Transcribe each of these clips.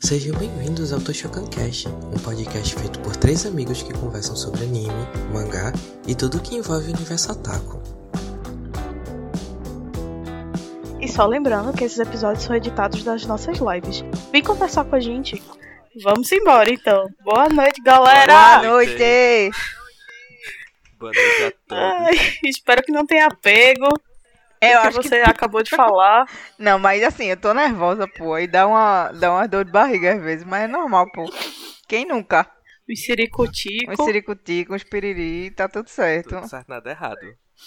Sejam bem-vindos ao Toshokancast, um podcast feito por 3 amigos que conversam sobre anime, mangá e tudo que envolve o universo otaku. E só lembrando que esses episódios são editados das nossas lives. Vem conversar com a gente. Vamos embora então. Boa noite, galera! Boa noite! Boa noite a todos. Ai, espero que não tenha pego. Eu que acho você acabou de falar. Não, mas assim, eu tô nervosa, pô. E dá uma dor de barriga às vezes, mas é normal, pô. Quem nunca? Um ciricutico. Um ciricutico, um piriri, tá tudo certo. Tudo certo, nada errado.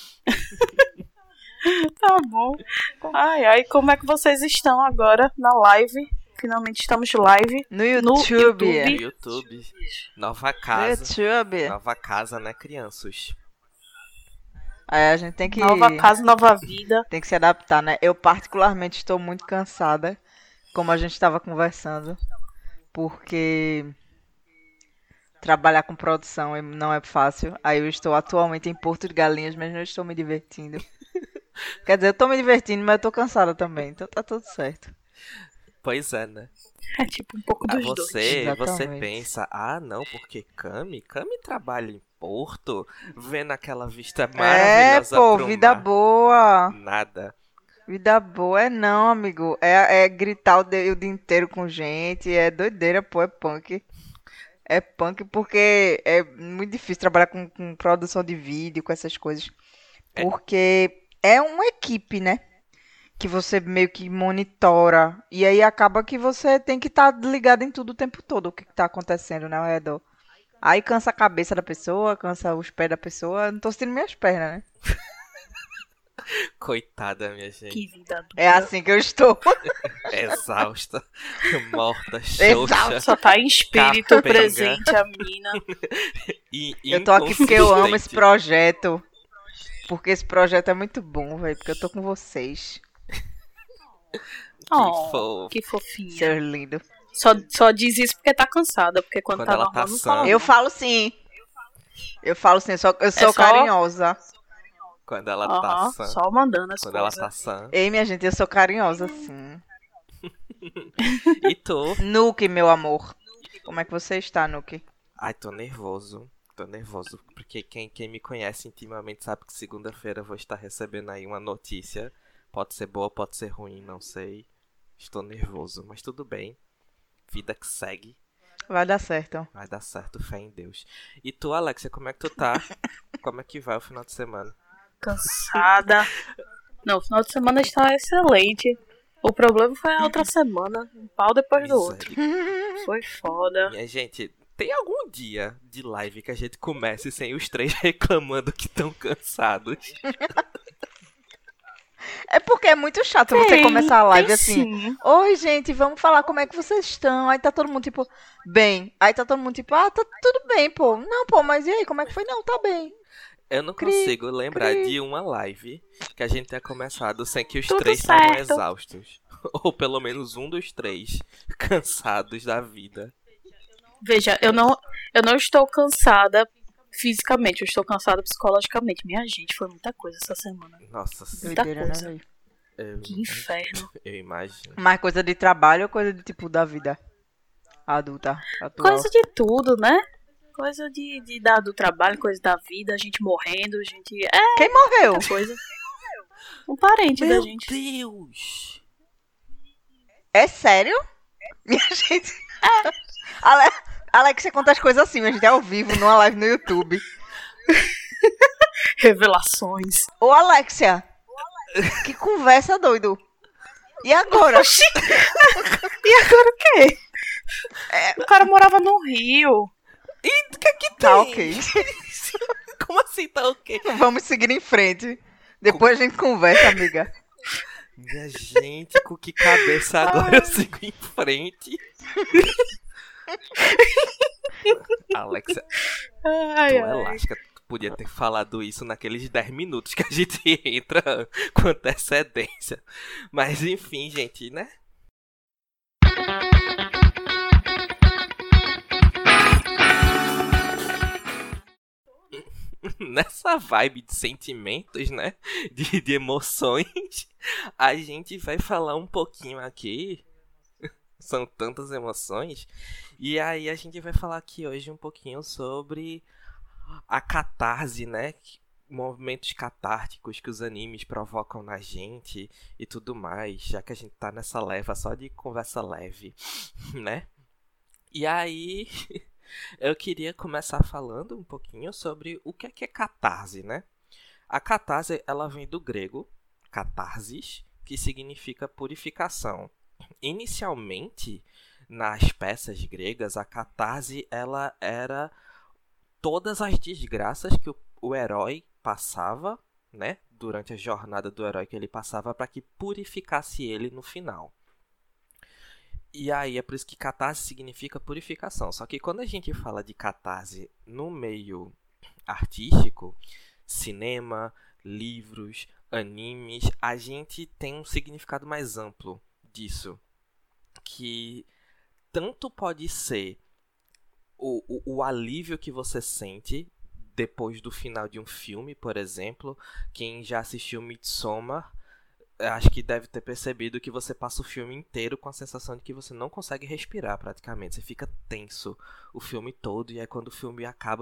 Tá bom. Ai, como é que vocês estão agora na live? Finalmente estamos live. No YouTube. No YouTube. Nova casa. YouTube. Nova casa, né, crianças? Aí a gente tem que... Nova casa, nova vida. Tem que se adaptar, né? Eu particularmente estou muito cansada, como a gente estava conversando, porque trabalhar com produção não é fácil. Aí eu estou atualmente em Porto de Galinhas, mas não estou me divertindo. Quer dizer, eu estou me divertindo, mas eu estou cansada também, então tá tudo certo. Pois é, né? É tipo um pouco dos dois. Você Exatamente. pensa, não, porque Kami trabalha em Porto, vendo aquela vista maravilhosa pô, pro vida mar. boa. Nada. Vida boa é não, amigo. É gritar o dia inteiro com gente, é doideira, pô, é punk. É punk porque é muito difícil trabalhar com produção de vídeo, com essas coisas. Porque é uma equipe, né? Que você meio que monitora. E aí acaba que você tem que estar ligado em tudo o tempo todo, o que está acontecendo, né, ao redor. Aí cansa a cabeça da pessoa, cansa os pés da pessoa. Eu não tô sentindo minhas pernas, né? Coitada, minha gente. Que vida dura. É assim que eu estou. Exausta, morta, Exausta. xoxa. Só tá em espírito Capenga. presente a mina. E Eu tô aqui porque eu amo esse inconsistente. projeto. Porque esse projeto é muito bom, velho. Porque eu tô com vocês. Oh, que fofinha. Seus lindos. Só diz isso porque tá cansada, porque quando tá ela normal tá não sã. fala. Eu falo sim. Eu sou só- carinhosa. Quando ela tá Aham, sã. só mandando as Quando ela coisas. tá sã. Ei, minha gente, eu sou carinhosa, sim. E tu? Nuke, meu amor. Como é que você está, Nuke? Ai, tô nervoso. Porque quem me conhece intimamente sabe que segunda-feira eu vou estar recebendo aí uma notícia. Pode ser boa, pode ser ruim, não sei. Estou nervoso, mas tudo bem. Vida que segue. Vai dar certo. Vai dar certo, fé em Deus. E tu, Alexia, como é que tu tá? Como é que vai o final de semana? Cansada. Não, o final de semana está excelente. O problema foi a outra semana. Um pau depois do outro. Misericórdia. Foi foda. Minha gente, tem algum dia de live que a gente comece sem os 3 reclamando que estão cansados? É porque é muito chato você começar a live Tem assim. sim. Oi, gente, vamos falar como é que vocês estão. Aí tá todo mundo tipo, bem. Aí tá todo mundo tipo, tá tudo bem, pô. Não, pô, mas e aí, como é que foi? Não, tá bem. Eu não Cri, consigo lembrar cri. de uma live que a gente tenha começado sem que os Tudo 3 estavam certo. exaustos. Ou pelo menos um dos 3 cansados da vida. Veja, eu não estou cansada fisicamente, eu estou cansada psicologicamente. Minha gente, foi muita coisa essa semana. Nossa, Muita Doideira, né, coisa. velho? Que inferno. Eu imagino. Mais coisa de trabalho ou coisa de tipo da vida adulta, atual? Coisa de tudo, né? Coisa do trabalho, coisa da vida, a gente morrendo, gente. Quem morreu? Muita coisa. Um parente da Meu gente. Deus! É sério? Minha gente. Alex, você conta as coisas assim, a gente é ao vivo, numa live no YouTube. Revelações. Ô, Alexia. Que conversa, doido. E agora? E agora o quê? O cara morava no Rio. E o que é que tem? Tá ok. Como assim tá ok? Vamos seguir em frente. Depois a gente conversa, amiga. Minha gente, com que cabeça agora eu sigo em frente? Alexia, tu é lasca. Tu podia ter falado isso naqueles 10 minutos que a gente entra com antecedência. Mas enfim, gente, né? Nessa vibe de sentimentos, né? De emoções, a gente vai falar um pouquinho aqui São tantas emoções. E aí a gente vai falar aqui hoje um pouquinho sobre a catarse, né? Movimentos catárticos que os animes provocam na gente e tudo mais, já que a gente tá nessa leva só de conversa leve, né? E aí, eu queria começar falando um pouquinho sobre o que é catarse, né? A catarse, ela vem do grego catarsis, que significa purificação. Inicialmente, nas peças gregas, a catarse ela era todas as desgraças que o herói passava, né? Durante a jornada do herói que ele passava para que purificasse ele no final. E aí é por isso que catarse significa purificação. Só que quando a gente fala de catarse no meio artístico, cinema, livros, animes, a gente tem um significado mais amplo disso. Que tanto pode ser o alívio que você sente depois do final de um filme, por exemplo. Quem já assistiu Midsommar, acho que deve ter percebido que você passa o filme inteiro com a sensação de que você não consegue respirar praticamente. Você fica tenso o filme todo e aí quando o filme acaba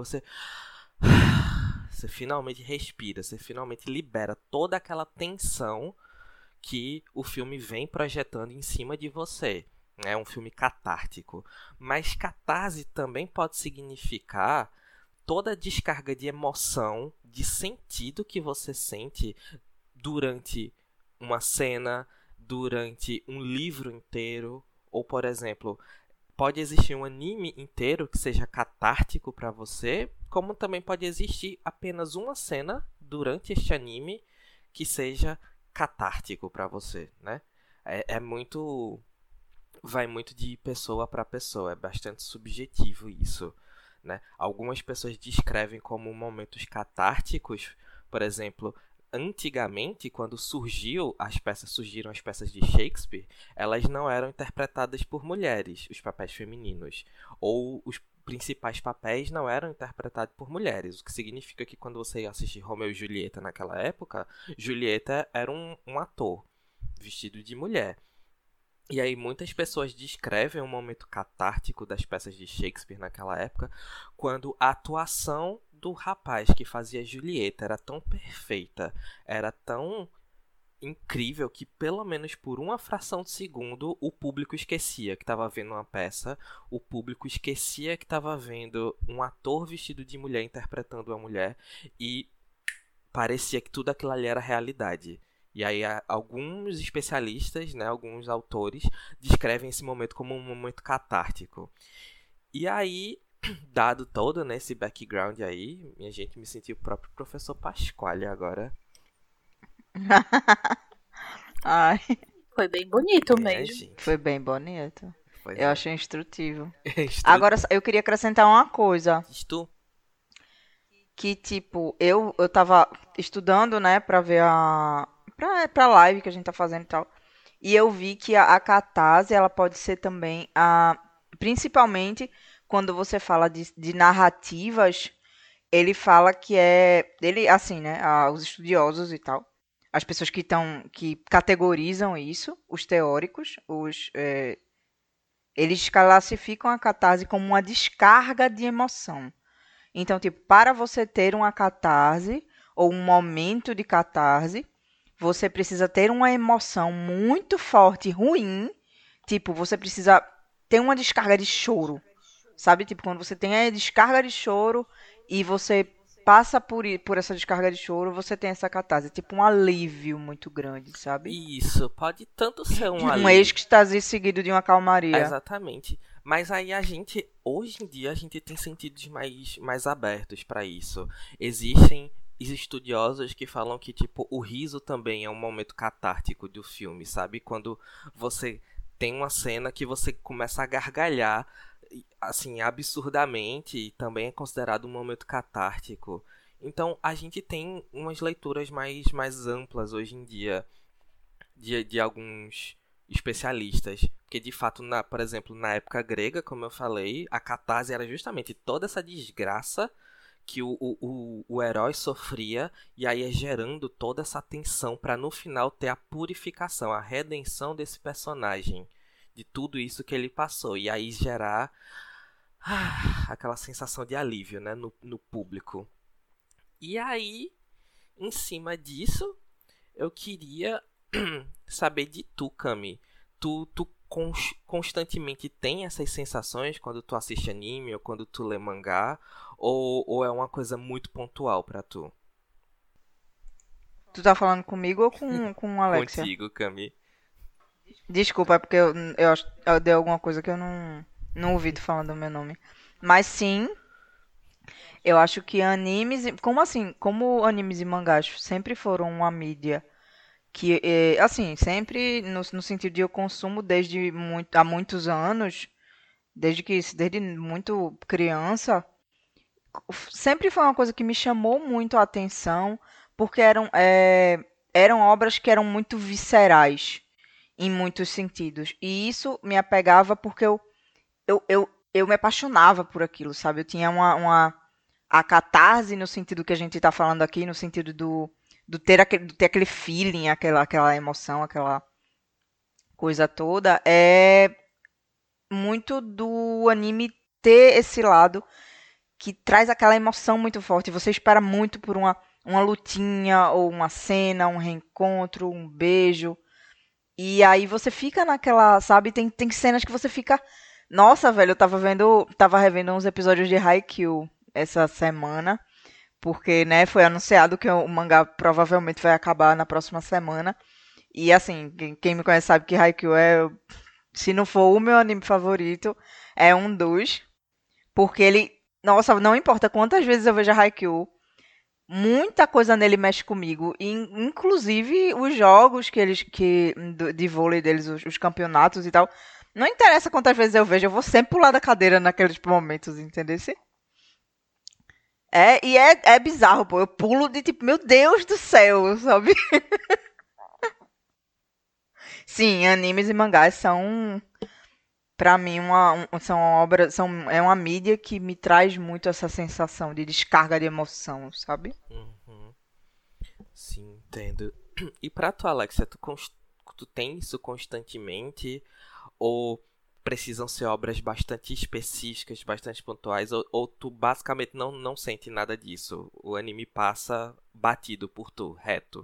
você finalmente respira, você finalmente libera toda aquela tensão que o filme vem projetando em cima de você. É um filme catártico. Mas catarse também pode significar toda a descarga de emoção, de sentido que você sente durante uma cena, durante um livro inteiro. Ou, por exemplo, pode existir um anime inteiro que seja catártico para você, como também pode existir apenas uma cena durante este anime que seja catártico para você, né? É muito... vai muito de pessoa para pessoa, é bastante subjetivo isso, né? Algumas pessoas descrevem como momentos catárticos, por exemplo, antigamente, quando surgiram as peças de Shakespeare, elas não eram interpretadas por mulheres, os papéis femininos, ou os principais papéis não eram interpretados por mulheres, o que significa que quando você assiste Romeu e Julieta naquela época, Julieta era um ator vestido de mulher. E aí muitas pessoas descrevem um momento catártico das peças de Shakespeare naquela época, quando a atuação do rapaz que fazia Julieta era tão perfeita, era tão incrível que pelo menos por uma fração de segundo o público esquecia que estava vendo uma peça, o público esquecia que estava vendo um ator vestido de mulher interpretando uma mulher e parecia que tudo aquilo ali era realidade. E aí alguns especialistas, né, alguns autores, descrevem esse momento como um momento catártico. E aí, dado todo, né, esse background aí, minha gente, me senti o próprio professor Pasquale agora. Ai, Foi bem bonito Minha mesmo. gente, foi bem bonito. pois Eu é. achei instrutivo. Estu- Agora, eu queria acrescentar uma coisa. Estu- Que, tipo, eu tava estudando, né, pra ver pra live que a gente tá fazendo e tal. E eu vi que a catarse, ela pode ser também principalmente quando você fala de narrativas, ele fala que ele, assim, né, os estudiosos e tal, as pessoas que categorizam isso, os teóricos, eles classificam a catarse como uma descarga de emoção. Então, tipo, para você ter uma catarse ou um momento de catarse, você precisa ter uma emoção muito forte, ruim. Tipo, você precisa ter uma descarga de choro, sabe? Tipo, quando você tem a descarga de choro e você passa por essa descarga de choro, você tem essa catarse. Tipo, um alívio muito grande, sabe? Isso, pode tanto ser um Um alívio. êxtase seguido de uma calmaria. Exatamente. Mas aí hoje em dia, a gente tem sentidos mais abertos para isso. Existem estudiosos que falam que, tipo, o riso também é um momento catártico do filme, sabe? Quando você tem uma cena que você começa a gargalhar, assim, absurdamente, e também é considerado um momento catártico. Então, a gente tem umas leituras mais amplas hoje em dia de alguns especialistas. Porque, de fato, por exemplo, na época grega, como eu falei, a catarse era justamente toda essa desgraça que o herói sofria, e aí é gerando toda essa tensão para no final ter a purificação, a redenção desse personagem. de tudo isso que ele passou. E aí gerar aquela sensação de alívio, né, no público. E aí, em cima disso, eu queria saber de tu, Cami. Tu constantemente tem essas sensações quando tu assiste anime ou quando tu lê mangá? Ou é uma coisa muito pontual pra tu? Tu tá falando comigo ou com a Alexia? Contigo, Cami. Desculpa, é porque eu acho que eu dei alguma coisa que eu não ouvi tu falando o meu nome. Mas sim, eu acho que animes. Como assim? Como animes e mangás sempre foram uma mídia que, assim, sempre no sentido de eu consumo desde há muitos anos, desde muito criança, sempre foi uma coisa que me chamou muito a atenção, porque eram obras que eram muito viscerais em muitos sentidos. E isso me apegava porque eu me apaixonava por aquilo, sabe? Eu tinha a catarse no sentido que a gente está falando aqui, no sentido do ter aquele feeling, aquela emoção, aquela coisa toda, é muito do anime ter esse lado que traz aquela emoção muito forte. Você espera muito por uma lutinha, ou uma cena, um reencontro, um beijo. E aí você fica naquela, sabe? Tem cenas que você fica. Nossa, velho, eu tava revendo uns episódios de Haikyuu essa semana. Porque, né, foi anunciado que o mangá provavelmente vai acabar na próxima semana. E assim, quem me conhece sabe que Haikyuu se não for o meu anime favorito, é um dos. Porque ele, nossa, não importa quantas vezes eu vejo Haikyuu, muita coisa nele mexe comigo. Inclusive os jogos de vôlei deles, os campeonatos e tal. Não interessa quantas vezes eu vejo, eu vou sempre pular da cadeira naqueles momentos, entendeu? É bizarro, pô. Eu pulo de tipo, meu Deus do céu, sabe? Sim, animes e mangás são, pra mim, são obras, é uma mídia que me traz muito essa sensação de descarga de emoção, sabe? Uhum. Sim, entendo. E pra tu, Alexia, tu tem isso constantemente? Ou precisam ser obras bastante específicas, bastante pontuais? Ou tu basicamente não sente nada disso? O anime passa batido por tu, reto?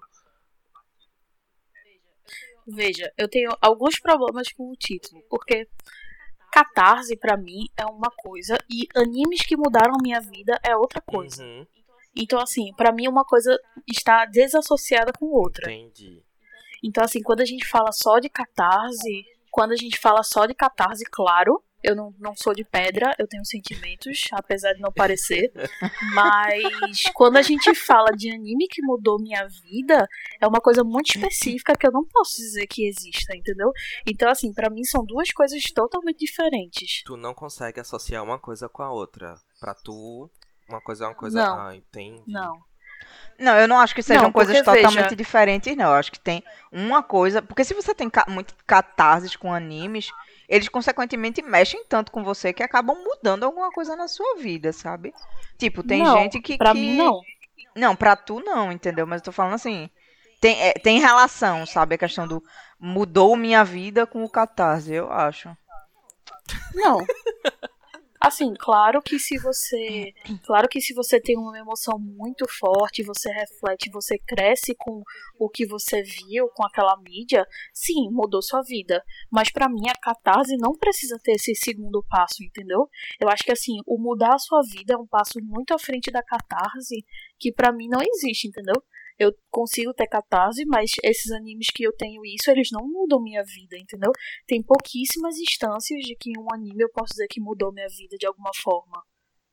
Veja, eu tenho alguns problemas com o título, porque catarse pra mim é uma coisa e animes que mudaram minha vida é outra coisa. Uhum, Então, assim, pra mim uma coisa está desassociada com outra. entendi. Então, assim, quando a gente fala só de catarse, claro, eu não sou de pedra, eu tenho sentimentos, apesar de não parecer. Mas quando a gente fala de anime que mudou minha vida, é uma coisa muito específica que eu não posso dizer que exista, entendeu? Então, assim, pra mim são duas coisas totalmente diferentes. Tu não consegue associar uma coisa com a outra. Pra tu, uma coisa é uma coisa... Não. Ah, entendi. Não. Não, eu não acho que sejam Não, coisas porque, totalmente veja, diferentes, não. Eu acho que tem uma coisa. Porque se você tem muito catarses com animes, eles consequentemente mexem tanto com você que acabam mudando alguma coisa na sua vida, sabe? Tipo, tem não, gente pra mim não. Não, pra tu não, entendeu? Mas eu tô falando assim. Tem relação, sabe? A questão do mudou minha vida com o catarse, eu acho. Não. Assim, claro que se você tem uma emoção muito forte, você reflete, você cresce com o que você viu, com aquela mídia, sim, mudou sua vida. Mas pra mim a catarse não precisa ter esse segundo passo, entendeu? Eu acho que assim, o mudar a sua vida é um passo muito à frente da catarse que pra mim não existe, entendeu? Eu consigo ter catarse, mas esses animes que eu tenho isso, eles não mudam minha vida, entendeu? Tem pouquíssimas instâncias de que em um anime eu posso dizer que mudou minha vida de alguma forma.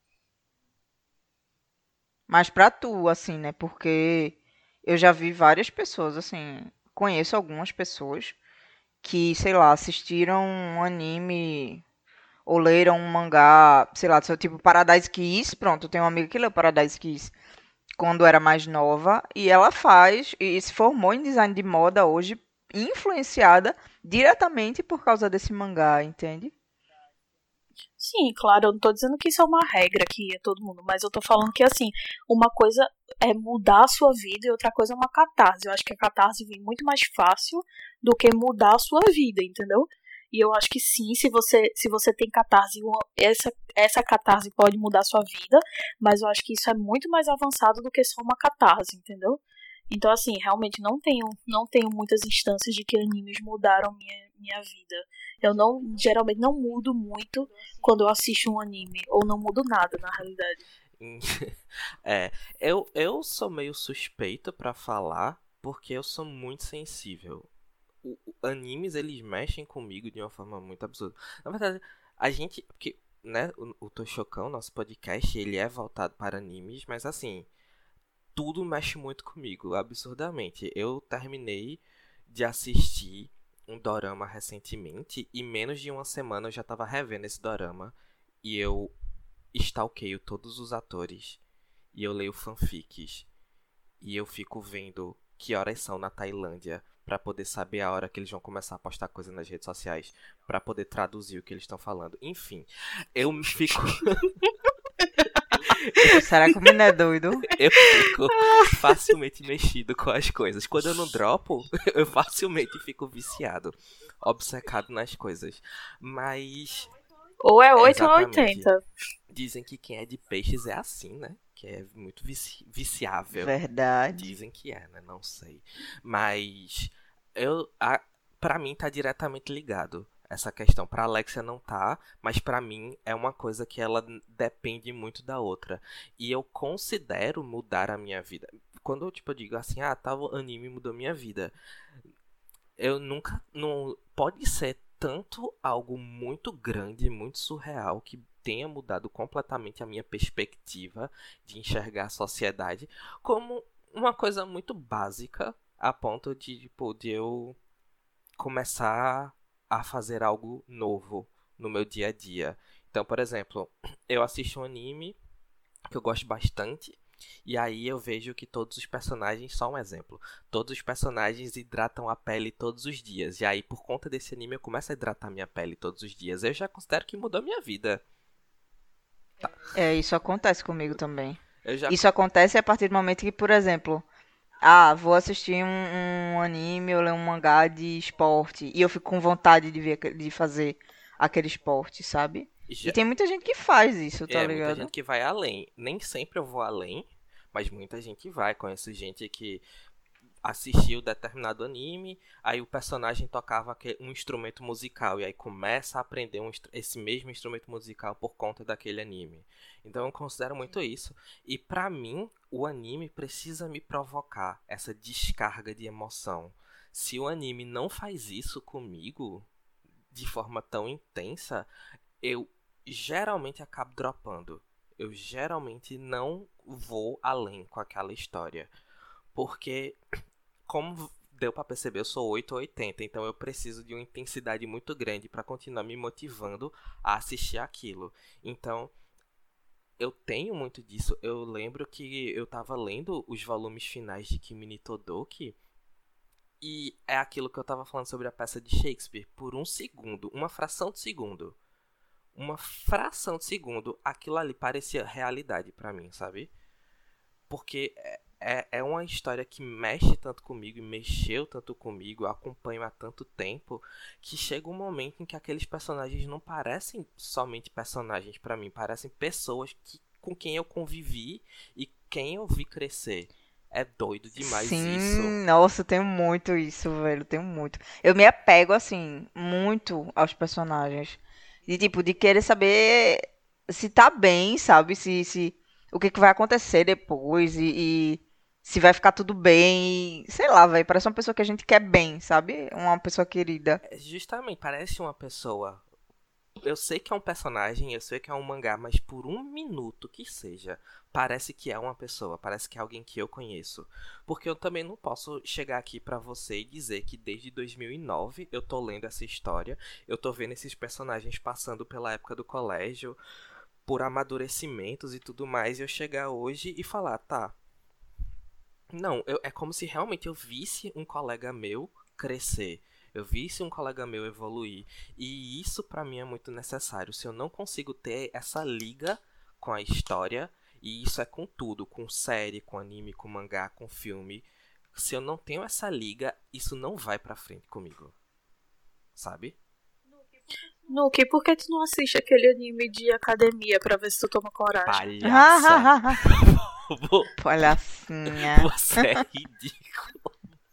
Mas pra tu, assim, né? Porque eu já vi várias pessoas, assim. Conheço algumas pessoas que, sei lá, assistiram um anime ou leram um mangá, sei lá, tipo Paradise Kiss. Pronto, eu tenho uma amiga que leu Paradise Kiss quando era mais nova e ela faz e se formou em design de moda hoje, influenciada diretamente por causa desse mangá, entende? Sim, claro, eu não tô dizendo que isso é uma regra que é todo mundo, mas eu tô falando que, assim, uma coisa é mudar a sua vida e outra coisa é uma catarse. Eu acho que a catarse vem muito mais fácil do que mudar a sua vida, entendeu? E eu acho que sim, se você tem catarse, essa catarse pode mudar a sua vida, mas eu acho que isso é muito mais avançado do que só uma catarse, entendeu? Então, assim, realmente não tenho muitas instâncias de que animes mudaram minha vida. Eu geralmente não mudo muito quando eu assisto um anime, ou não mudo nada, na realidade. É, eu sou meio suspeito pra falar, porque eu sou muito sensível. Animes, eles mexem comigo de uma forma muito absurda. Na verdade, a gente, porque, né, o Toshokão, nosso podcast, ele é voltado para animes, mas assim, tudo mexe muito comigo, absurdamente. Eu terminei de assistir um dorama recentemente e menos de uma semana eu já tava revendo esse dorama e eu stalkeio todos os atores e eu leio fanfics e eu fico vendo que horas são na Tailândia pra poder saber a hora que eles vão começar a postar coisa nas redes sociais, pra poder traduzir o que eles estão falando. Enfim, eu fico Será que o menino é doido? eu fico facilmente mexido com as coisas. Quando eu não dropo, eu facilmente fico viciado, obcecado nas coisas. Mas Ou é 8 ou exatamente. 80. Dizem que quem é de peixes é assim, né? Que é muito viciável. Verdade. Dizem que é, né? Não sei. Mas pra mim tá diretamente ligado essa questão. Pra Alexia não tá, mas pra mim é uma coisa que ela depende muito da outra. E eu considero mudar a minha vida. Quando eu digo assim, tal anime mudou minha vida. Eu nunca. Não, pode ser tanto algo muito grande, muito surreal, que tenha mudado completamente a minha perspectiva de enxergar a sociedade, como uma coisa muito básica, a ponto de eu começar a fazer algo novo no meu dia a dia. Então, por exemplo, eu assisto um anime que eu gosto bastante. E aí eu vejo que todos os personagens, só um exemplo, todos os personagens hidratam a pele todos os dias. E aí, por conta desse anime, eu começo a hidratar minha pele todos os dias. Eu já considero que mudou minha vida. Isso acontece comigo também. Eu já... Isso acontece a partir do momento que, por exemplo, vou assistir um anime ou ler um mangá de esporte e eu fico com vontade de fazer aquele esporte, sabe? E tem muita gente que faz isso, tá ligado? Muita gente que vai além. Nem sempre eu vou além, mas muita gente vai. Conheço gente que assistiu determinado anime, aí o personagem tocava um instrumento musical, e aí começa a aprender esse mesmo instrumento musical por conta daquele anime. Então eu considero muito isso. E pra mim, o anime precisa me provocar essa descarga de emoção. Se o anime não faz isso comigo de forma tão intensa, eu geralmente acabo dropando. Eu geralmente não vou além com aquela história. Porque, como deu pra perceber, eu sou 8 ou 80, então eu preciso de uma intensidade muito grande pra continuar me motivando a assistir aquilo. Então, eu tenho muito disso. Eu lembro que eu tava lendo os volumes finais de Kimi ni Todoki, e é aquilo que eu tava falando sobre a peça de Shakespeare. Por um segundo, uma fração de segundo, aquilo ali parecia realidade pra mim, sabe? Porque é uma história que mexe tanto comigo e mexeu tanto comigo, eu acompanho há tanto tempo, que chega um momento em que aqueles personagens não parecem somente personagens pra mim, parecem pessoas com quem eu convivi e quem eu vi crescer. É doido demais isso. Sim, nossa, eu tenho muito isso, velho, tenho muito. Eu me apego, assim, muito aos personagens. De querer saber se tá bem, sabe? Se o que vai acontecer depois e se vai ficar tudo bem. Sei lá, velho, parece uma pessoa que a gente quer bem, sabe? Uma pessoa querida. Justamente, parece uma pessoa. Eu sei que é um personagem, eu sei que é um mangá, mas por um minuto que seja, parece que é uma pessoa, parece que é alguém que eu conheço. Porque eu também não posso chegar aqui pra você e dizer que desde 2009 eu tô lendo essa história, eu tô vendo esses personagens passando pela época do colégio, por amadurecimentos e tudo mais, e eu chegar hoje e falar, tá. Não, é como se realmente eu visse um colega meu crescer. Eu visse um colega meu evoluir. E isso pra mim é muito necessário. Se eu não consigo ter essa liga com a história, e isso é com tudo, com série, com anime, com mangá, com filme. Se eu não tenho essa liga, isso não vai pra frente comigo. Sabe? Nuke, por que tu não assiste aquele anime de academia pra ver se tu toma coragem? Palhaça. Palhacinha. Você é ridículo.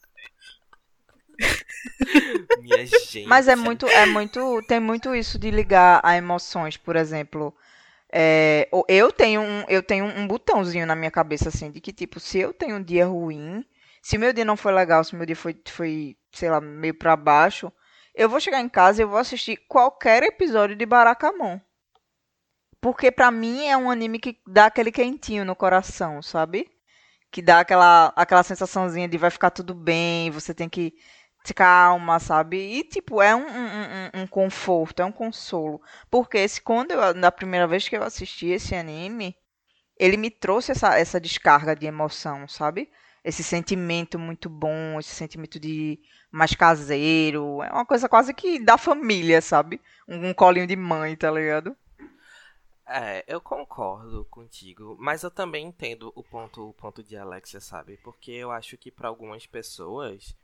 Minha gente. Mas tem muito isso de ligar a emoções, por exemplo. Eu tenho um botãozinho na minha cabeça, assim, de que, tipo, se eu tenho um dia ruim, se meu dia não foi legal, se meu dia foi, sei lá, meio pra baixo, eu vou chegar em casa e eu vou assistir qualquer episódio de Barakamon. Porque pra mim é um anime que dá aquele quentinho no coração, sabe? Que dá aquela sensaçãozinha de vai ficar tudo bem, você tem que se calma, sabe? E, tipo, é um conforto, é um consolo. Porque na primeira vez que eu assisti esse anime, ele me trouxe essa descarga de emoção, sabe? Esse sentimento muito bom, esse sentimento de mais caseiro. É uma coisa quase que da família, sabe? Um colinho de mãe, tá ligado? Eu concordo contigo, mas eu também entendo o ponto de Alexia, sabe? Porque eu acho que para algumas pessoas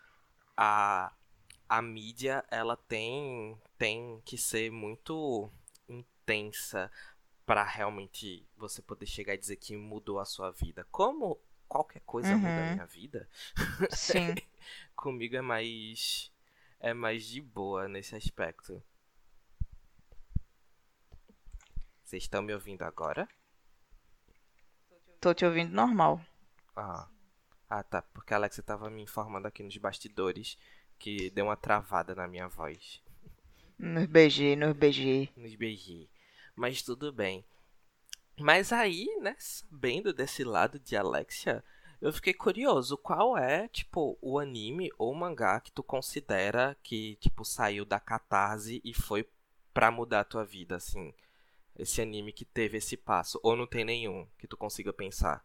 a mídia ela tem que ser muito intensa para realmente você poder chegar e dizer que mudou a sua vida. Como qualquer coisa muda a minha vida, Sim. comigo é mais de boa nesse aspecto. Vocês estão me ouvindo agora? Tô te ouvindo normal. Tá. Porque a Alexia tava me informando aqui nos bastidores que deu uma travada na minha voz. Nos BG. Mas tudo bem. Mas aí, né, sabendo desse lado de Alexia, eu fiquei curioso. Qual é, tipo, o anime ou mangá que tu considera que, tipo, saiu da catarse e foi pra mudar a tua vida, assim? Esse anime que teve esse passo. Ou não tem nenhum que tu consiga pensar?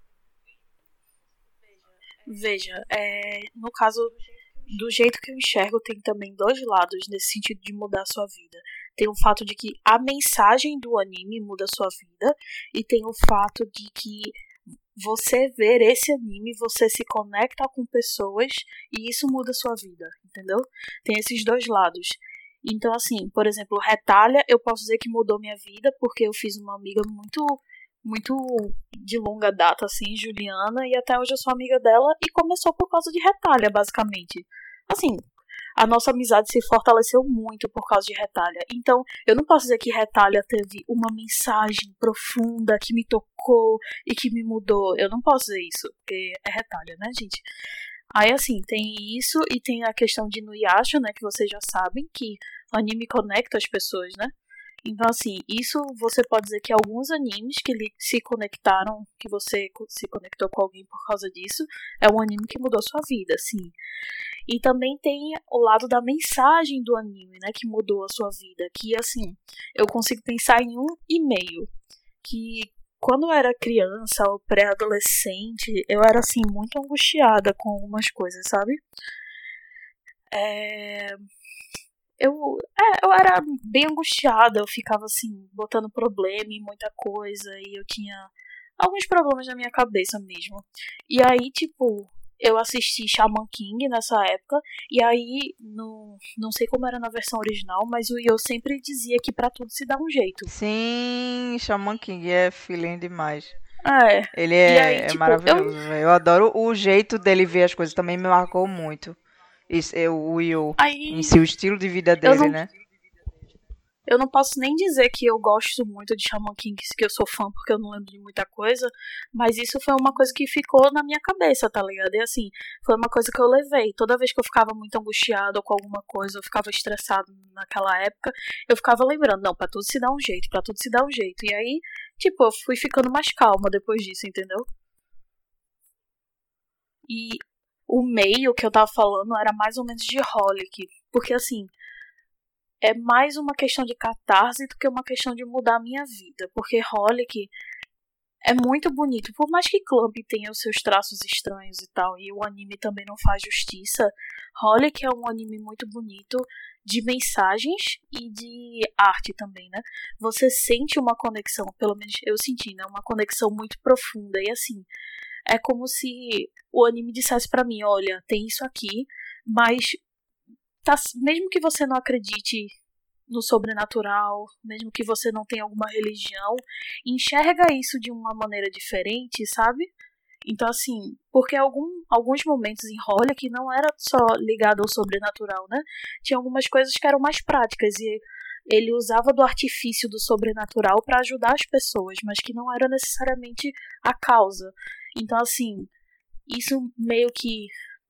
Veja, no caso, do jeito que eu enxergo, tem também dois lados nesse sentido de mudar a sua vida. Tem o fato de que a mensagem do anime muda a sua vida, e tem o fato de que você ver esse anime, você se conecta com pessoas e isso muda a sua vida, entendeu? Tem esses dois lados. Então, assim, por exemplo, Retalha, eu posso dizer que mudou minha vida porque eu fiz uma amiga muito de longa data, assim, Juliana, e até hoje eu sou amiga dela, e começou por causa de Retalha, basicamente. Assim, a nossa amizade se fortaleceu muito por causa de Retalha. Então, eu não posso dizer que Retalha teve uma mensagem profunda que me tocou e que me mudou. Eu não posso dizer isso, porque é Retalha, né, gente? Aí, assim, tem isso e tem a questão de Inuyasha, né, que vocês já sabem, que o anime conecta as pessoas, né? Então, assim, isso você pode dizer que alguns animes que se conectaram, que você se conectou com alguém por causa disso, é um anime que mudou sua vida, sim. E também tem o lado da mensagem do anime, né, que mudou a sua vida, que, assim, eu consigo pensar em 1,5, que quando eu era criança ou pré-adolescente, eu era, assim, muito angustiada com algumas coisas, sabe? Eu era bem angustiada, eu ficava assim, botando problema em muita coisa, e eu tinha alguns problemas na minha cabeça mesmo. E aí, tipo, eu assisti Shaman King nessa época, e aí, não sei como era na versão original, mas o Yo sempre dizia que pra tudo se dá um jeito. Sim, Shaman King é feeling demais. Ele E aí, é tipo, maravilhoso, velho. Eu adoro o jeito dele ver as coisas, também me marcou muito. O Will, em si, o estilo de vida dele, né? Eu não posso nem dizer que eu gosto muito de Shaman King, que eu sou fã, porque eu não lembro de muita coisa, mas isso foi uma coisa que ficou na minha cabeça, tá ligado? E assim, foi uma coisa que eu levei. Toda vez que eu ficava muito angustiada com alguma coisa, eu ficava estressado naquela época, eu ficava lembrando, não, pra tudo se dá um jeito, pra tudo se dá um jeito. E aí, tipo, eu fui ficando mais calma depois disso, entendeu? E o meio que eu tava falando era mais ou menos de Holic, porque assim, é mais uma questão de catarse do que uma questão de mudar a minha vida. Porque Holic é muito bonito. Por mais que Clamp tenha os seus traços estranhos e tal, e o anime também não faz justiça, Holic é um anime muito bonito de mensagens e de arte também, né? Você sente uma conexão, pelo menos eu senti, né? Uma conexão muito profunda. E assim, é como se o anime dissesse pra mim, olha, tem isso aqui, mas mesmo que você não acredite no sobrenatural, mesmo que você não tenha alguma religião, enxerga isso de uma maneira diferente, sabe? Então, assim, porque alguns momentos em Holic não era só ligado ao sobrenatural, né? Tinha algumas coisas que eram mais práticas e ele usava do artifício do sobrenatural para ajudar as pessoas, mas que não era necessariamente a causa. Então, assim, isso meio que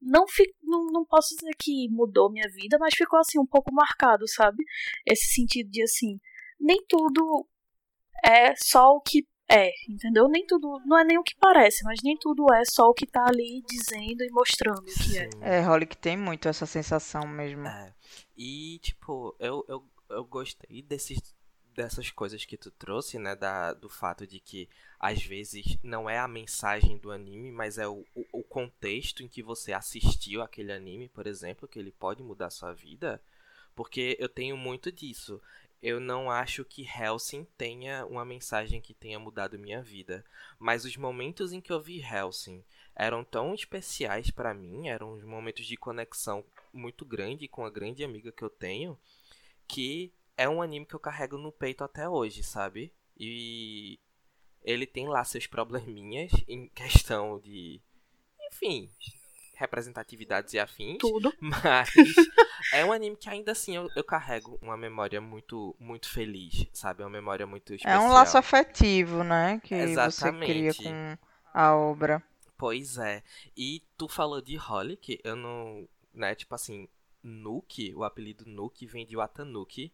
não posso dizer que mudou minha vida, mas ficou assim um pouco marcado, sabe? Esse sentido de assim, nem tudo é só o que é, entendeu? Nem tudo, não é nem o que parece, mas nem tudo é só o que tá ali dizendo e mostrando o que é. É, Holic tem muito essa sensação mesmo. E, tipo, eu gostei dessas coisas que tu trouxe, né? Do fato de que, às vezes, não é a mensagem do anime, mas é o contexto em que você assistiu aquele anime, por exemplo, que ele pode mudar a sua vida. Porque eu tenho muito disso. Eu não acho que Hellsing tenha uma mensagem que tenha mudado minha vida. Mas os momentos em que eu vi Hellsing eram tão especiais pra mim, eram uns momentos de conexão muito grande com a grande amiga que eu tenho, que é um anime que eu carrego no peito até hoje, sabe? E ele tem lá seus probleminhas em questão de, enfim, representatividades e afins. Tudo. Mas é um anime que ainda assim eu carrego uma memória muito, muito feliz, sabe? Uma memória muito especial. É um laço afetivo, né? Que Exatamente. você cria com a obra. Pois é. E tu falou de Holic, eu não... Né, tipo assim, Nuke, o apelido Nuke vem de Watanuki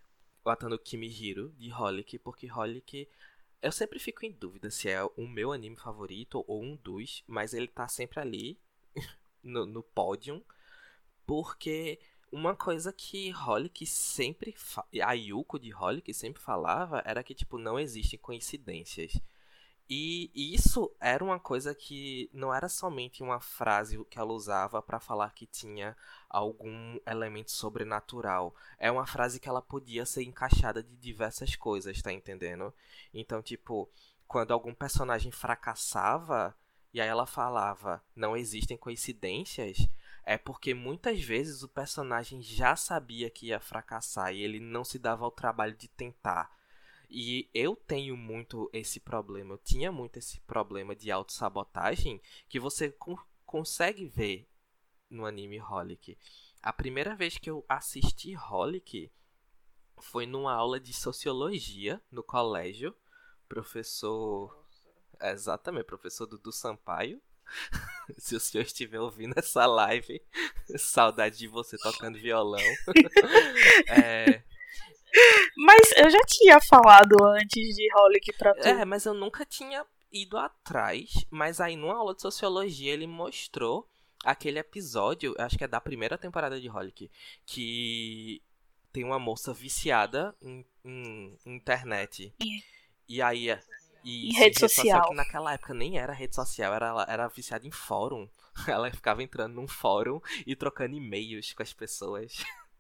Kimihiro, de Holic, porque Holic... Eu sempre fico em dúvida se é o meu anime favorito ou um dos, mas ele tá sempre ali no pódio, porque uma coisa que Holic sempre... A Yuko de Holic sempre falava era que, tipo, não existem coincidências. E isso era uma coisa que não era somente uma frase que ela usava para falar que tinha algum elemento sobrenatural. É uma frase que ela podia ser encaixada de diversas coisas, tá entendendo? Então, tipo, quando algum personagem fracassava e aí ela falava, não existem coincidências, é porque muitas vezes o personagem já sabia que ia fracassar e ele não se dava ao trabalho de tentar. E eu tenho muito esse problema, eu tinha muito esse problema de autossabotagem que você consegue ver no anime Holic. A primeira vez que eu assisti Holic foi numa aula de sociologia no colégio. Professor... Exatamente, professor Dudu Sampaio. Se o senhor estiver ouvindo essa live, saudade de você tocando violão. Mas eu já tinha falado antes de Holic pra tu. Mas eu nunca tinha ido atrás. Mas aí, numa aula de sociologia, ele mostrou aquele episódio, acho que é da primeira temporada de Holic, que tem uma moça viciada em internet. E aí... em rede social. Só que naquela época nem era rede social, era viciada em fórum. Ela ficava entrando num fórum e trocando e-mails com as pessoas.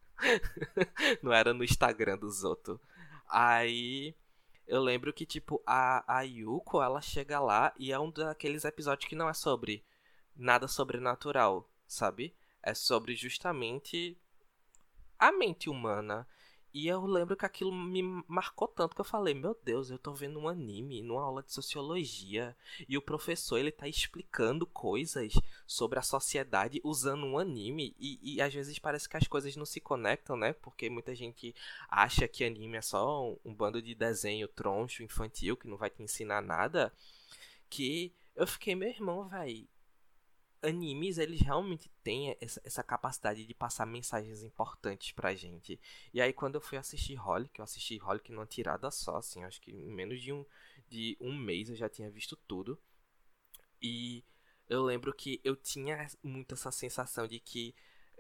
Não era no Instagram dos outros. Aí eu lembro que, tipo, a Yuko, ela chega lá e é um daqueles episódios que não é sobre nada sobrenatural, sabe? É sobre justamente a mente humana. E eu lembro que aquilo me marcou tanto que eu falei, meu Deus, eu tô vendo um anime numa aula de sociologia e o professor, ele tá explicando coisas sobre a sociedade usando um anime e às vezes parece que as coisas não se conectam, né? Porque muita gente acha que anime é só um bando de desenho troncho, infantil, que não vai te ensinar nada. Que eu fiquei, meu irmão, velho, animes, eles realmente têm essa capacidade de passar mensagens importantes pra gente. E aí, quando eu fui assistir Holic, eu assisti Holic numa tirada só, assim, acho que em menos de um mês eu já tinha visto tudo. E eu lembro que eu tinha muito essa sensação de que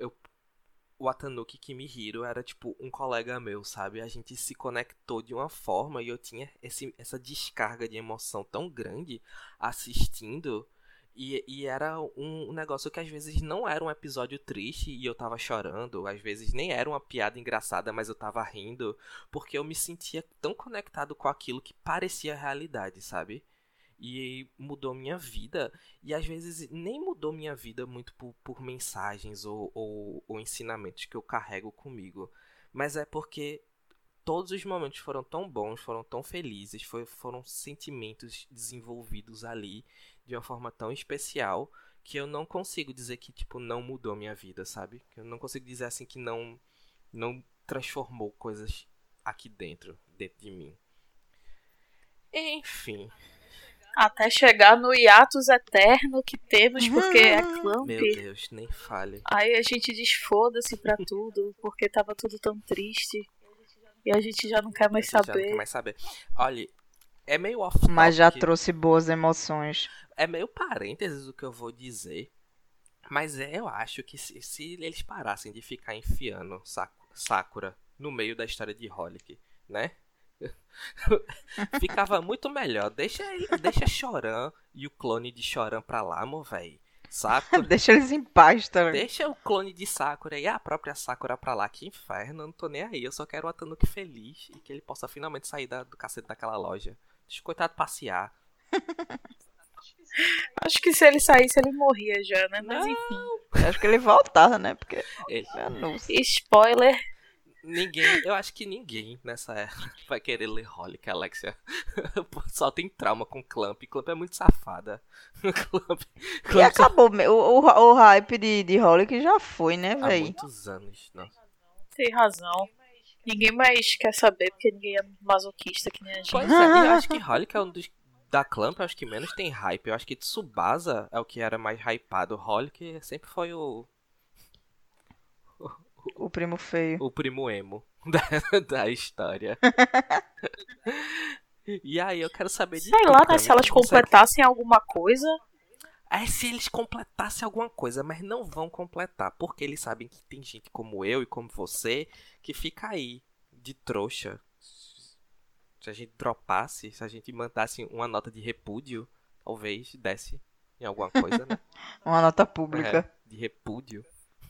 o Watanuki Kimihiro era, tipo, um colega meu, sabe? A gente se conectou de uma forma e eu tinha essa descarga de emoção tão grande assistindo. E era um negócio que às vezes não era um episódio triste e eu tava chorando. Às vezes nem era uma piada engraçada, mas eu tava rindo. Porque eu me sentia tão conectado com aquilo que parecia realidade, sabe? E mudou minha vida. E às vezes nem mudou minha vida muito por mensagens ou ensinamentos que eu carrego comigo. Mas é porque todos os momentos foram tão bons, foram tão felizes, foram sentimentos desenvolvidos ali de uma forma tão especial que eu não consigo dizer que, tipo, não mudou minha vida, sabe? Eu não consigo dizer, assim, que não transformou coisas aqui dentro de mim. Enfim. Até chegar no hiatus eterno que temos, porque é Clamp. Meu Deus, nem fale. Aí a gente diz foda-se pra tudo, porque tava tudo tão triste. E a gente já não quer mais saber. Já não quer mais saber. Olha, é meio off-topic. Mas já trouxe boas emoções. É meio parênteses o que eu vou dizer. Mas eu acho que se eles parassem de ficar enfiando Sakura no meio da história de Holic, né? Ficava muito melhor. Deixa Choran e o clone de Choran pra lá, meu véi. Sakura. Deixa eles em paz também. Deixa o clone de Sakura e a própria Sakura pra lá. Que inferno, eu não tô nem aí. Eu só quero o Tanuki feliz e que ele possa finalmente sair do cacete daquela loja. Deixa o coitado passear. Acho que se ele saísse, ele morria já, né? Mas Não. enfim. Acho que ele voltava, né? Porque. Spoiler. Eu acho que ninguém nessa era vai querer ler Holic, Alexia. Só tem trauma com Clamp. Clamp é muito safada. Clamp E acabou. O hype de Holic já foi, né, há véi? muitos anos. Nossa. Tem razão. Ninguém mais quer saber, porque ninguém é masoquista que nem a gente. Pois é, e eu acho que Holic é um dos... Da Clamp, eu acho que menos tem hype. Eu acho que Tsubasa é o que era mais hypado. Holic sempre foi o primo feio. O primo emo da história. E aí eu quero saber de Sei tu, lá, né? Cami, Se elas tu consegue- completassem alguma coisa. É se eles completassem alguma coisa, mas não vão completar. Porque eles sabem que tem gente como eu e como você que fica aí de trouxa. Se a gente dropasse, se a gente mandasse uma nota de repúdio, talvez desse em alguma coisa, né? Uma nota pública. É, de repúdio.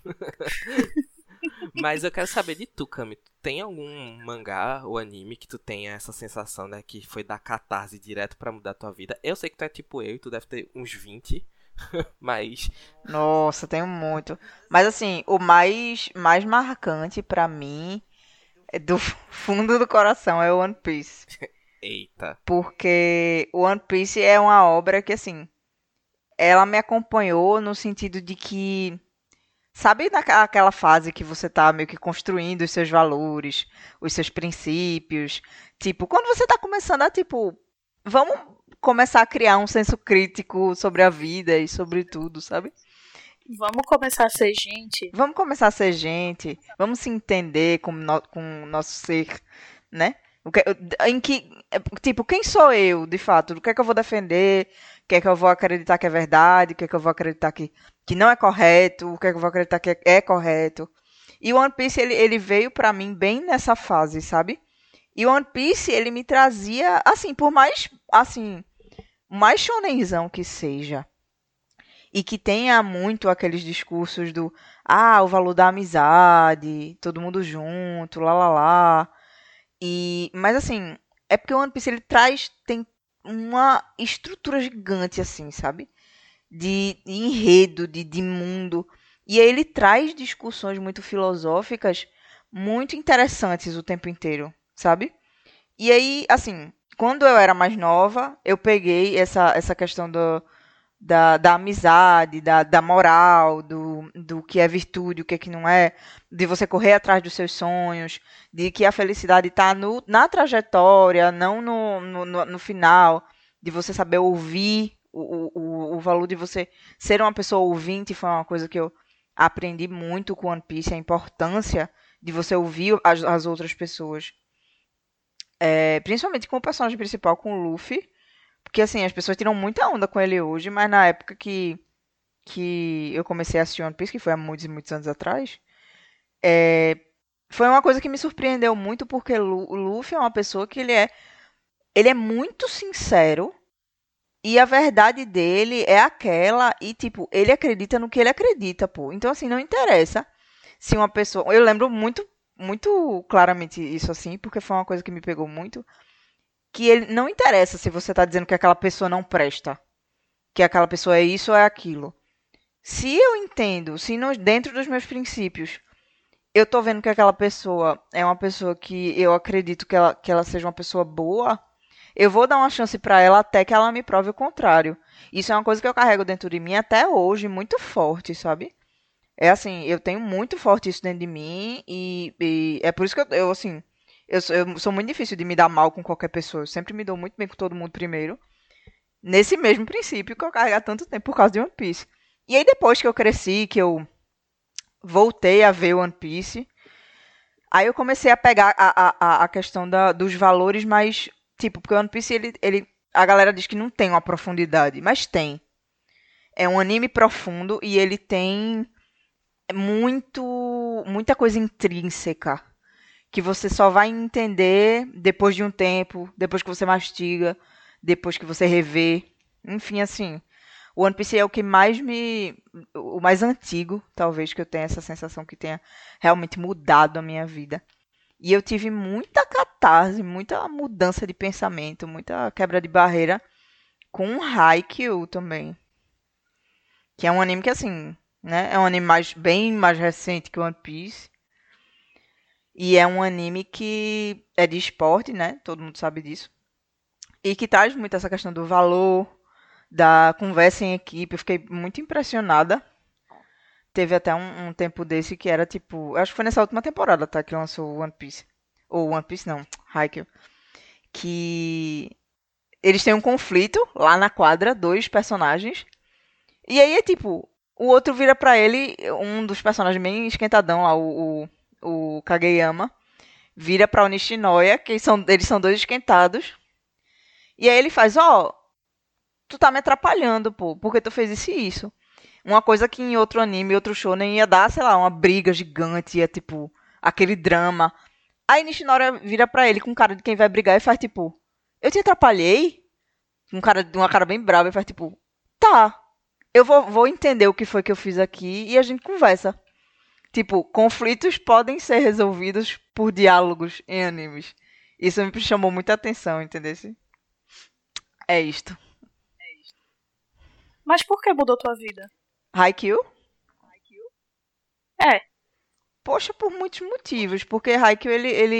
Mas eu quero saber de tu, Cami. Tu tem algum mangá ou anime que tu tenha essa sensação, né? Que foi da catarse direto pra mudar a tua vida? Eu sei que tu é tipo eu e tu deve ter uns 20. Mas... Nossa, tenho muito. Mas assim, o mais marcante pra mim, do fundo do coração, é o One Piece. Eita. Porque o One Piece é uma obra que, assim, ela me acompanhou no sentido de que... Sabe naquela fase que você tá meio que construindo os seus valores, os seus princípios? Tipo, quando você tá começando a, tipo, vamos começar a criar um senso crítico sobre a vida e sobre tudo, sabe? Vamos começar a ser gente. Vamos começar a ser gente, vamos se entender com o nosso ser, né? Tipo, quem sou eu, de fato? O que é que eu vou defender? O que é que eu vou acreditar que é verdade? O que é que eu vou acreditar que não é correto? O que é que eu vou acreditar que é correto? E o One Piece, ele veio pra mim bem nessa fase, sabe? E o One Piece, ele me trazia, assim, por mais, assim, mais shonenzão que seja, e que tenha muito aqueles discursos do, o valor da amizade, todo mundo junto, lá, lá, lá. Mas assim, é porque o One Piece ele tem uma estrutura gigante, assim, sabe? De enredo, de mundo. E aí ele traz discussões muito filosóficas, muito interessantes o tempo inteiro, sabe? E aí, assim, quando eu era mais nova, eu peguei essa questão da amizade, da moral, do que é virtude, o que é que não é, de você correr atrás dos seus sonhos, de que a felicidade está na trajetória, não no final, de você saber ouvir, o valor de você ser uma pessoa ouvinte foi uma coisa que eu aprendi muito com One Piece, a importância de você ouvir as outras pessoas. Principalmente com o personagem principal, com o Luffy, porque, assim, as pessoas tiram muita onda com ele hoje, mas na época que eu comecei a assistir One Piece, que foi há muitos e muitos anos atrás, foi uma coisa que me surpreendeu muito, porque o Luffy é uma pessoa que ele é muito sincero, e a verdade dele é aquela, e, tipo, ele acredita no que ele acredita, pô. Então, assim, não interessa se uma pessoa... Eu lembro muito, muito claramente isso, assim, porque foi uma coisa que me pegou muito, que ele não interessa se você está dizendo que aquela pessoa não presta, que aquela pessoa é isso ou é aquilo. Se eu entendo, se dentro dos meus princípios eu tô vendo que aquela pessoa é uma pessoa que eu acredito que ela seja uma pessoa boa, eu vou dar uma chance pra ela até que ela me prove o contrário. Isso é uma coisa que eu carrego dentro de mim até hoje, muito forte, sabe? É assim, eu tenho muito forte isso dentro de mim e é por isso que eu assim, eu sou muito difícil de me dar mal com qualquer pessoa. Eu sempre me dou muito bem com todo mundo primeiro. Nesse mesmo princípio que eu carrego há tanto tempo por causa de One Piece. E aí depois que eu cresci, que eu voltei a ver One Piece, aí eu comecei a pegar a questão dos valores mais. Tipo, porque o One Piece, a galera diz que não tem uma profundidade, mas tem. É um anime profundo e ele tem muita coisa intrínseca que você só vai entender depois de um tempo, depois que você mastiga, depois que você revê. Enfim, assim, o One Piece é o que mais o mais antigo, talvez, que eu tenha essa sensação que tenha realmente mudado a minha vida. E eu tive muita catarse, muita mudança de pensamento, muita quebra de barreira com Haikyuu também. Que é um anime que, assim, né? É um anime bem mais recente que One Piece. E é um anime que é de esporte, né? Todo mundo sabe disso. E que traz muito essa questão do valor, da conversa em equipe. Eu fiquei muito impressionada. Teve até um tempo desse que era tipo. Acho que foi nessa última temporada, tá? Que lançou One Piece. Ou One Piece não, Haikyuu. Que eles têm um conflito lá na quadra, dois personagens. E aí é tipo. O outro vira pra ele, um dos personagens bem esquentadão lá, o Kageyama, vira pra o Nishinoya, que eles são dois esquentados. E aí ele faz, tu tá me atrapalhando, pô, porque tu fez isso e isso. Uma coisa que em outro anime, outro shonen ia dar, sei lá, uma briga gigante, ia tipo, aquele drama. Aí Nishinoya vira pra ele com cara de quem vai brigar e faz tipo, eu te atrapalhei? Uma cara bem brava e faz tipo, tá, eu vou entender o que foi que eu fiz aqui e a gente conversa. Tipo, conflitos podem ser resolvidos por diálogos em animes. Isso me chamou muita atenção, entendeu? É isto. Mas por que mudou tua vida? Haikyuu? É. Poxa, por muitos motivos. Porque Haikyuu,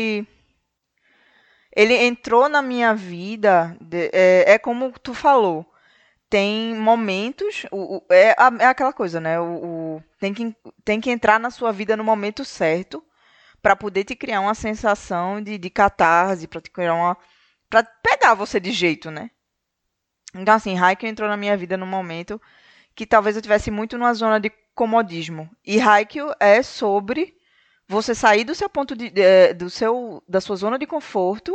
ele entrou na minha vida. É como tu falou. Tem momentos. É aquela coisa, né? Tem que entrar na sua vida no momento certo para poder te criar uma sensação de catarse, para te criar para pegar você de jeito, né? Então, assim, Haikyuu entrou na minha vida num momento que talvez eu tivesse muito numa zona de comodismo. E Haikyuu é sobre você sair do seu ponto da sua zona de conforto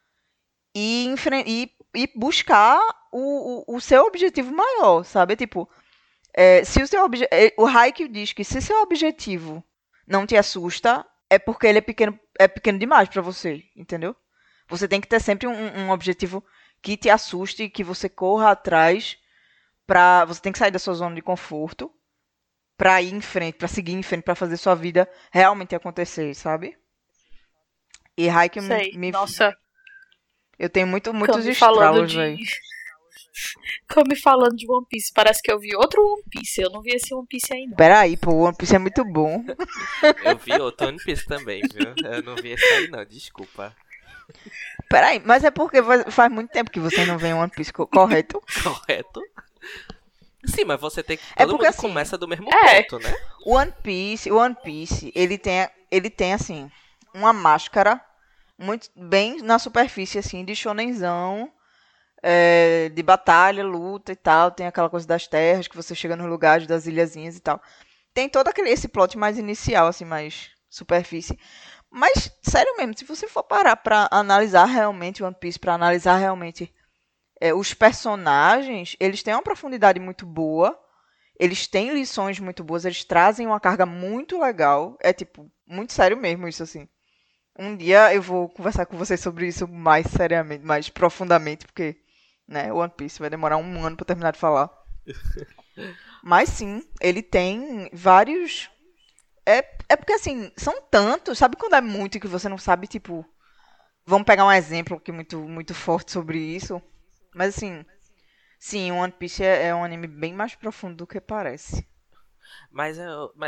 e buscar o seu objetivo maior, sabe? Tipo, se o Haikyuu diz que se seu objetivo não te assusta, é porque ele é pequeno demais pra você, entendeu? Você tem que ter sempre um objetivo que te assuste, que você corra atrás. Você tem que sair da sua zona de conforto pra ir em frente, pra seguir em frente, pra fazer sua vida realmente acontecer, sabe? E Haikyuu Nossa. Eu tenho muitos estralos aí. Como falando de One Piece, parece que eu vi outro One Piece. Eu não vi esse One Piece ainda. Peraí, pô, o One Piece é muito bom. Eu vi outro One Piece também, viu? Eu não vi esse aí não, desculpa. Peraí, mas é porque faz muito tempo que você não vê One Piece, correto? Correto. Sim, mas você tem que... Todo mundo assim, começa do mesmo ponto, né? One Piece, ele tem assim, uma máscara muito bem na superfície, assim, de shonenzão, de batalha, luta e tal. Tem aquela coisa das terras, que você chega nos lugares das ilhazinhas e tal. Tem todo esse plot mais inicial, assim, mais superfície. Mas, sério mesmo, se você for parar pra analisar realmente One Piece, pra analisar realmente os personagens, eles têm uma profundidade muito boa, eles têm lições muito boas, eles trazem uma carga muito legal. É, tipo, muito sério mesmo isso, assim. Um dia eu vou conversar com vocês sobre isso mais seriamente, mais profundamente, porque, né, One Piece vai demorar um ano pra terminar de falar. Mas sim, ele tem vários... É porque, assim, são tantos, sabe quando é muito que você não sabe, tipo... Vamos pegar um exemplo aqui muito, muito forte sobre isso. Mas, assim, sim, One Piece é um anime bem mais profundo do que parece. Mas eu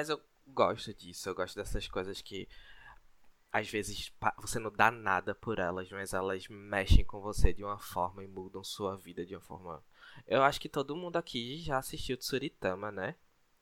gosto disso. Eu gosto dessas coisas que às vezes você não dá nada por elas, mas elas mexem com você de uma forma e mudam sua vida de uma forma. Eu acho que todo mundo aqui já assistiu Tsuritama, né?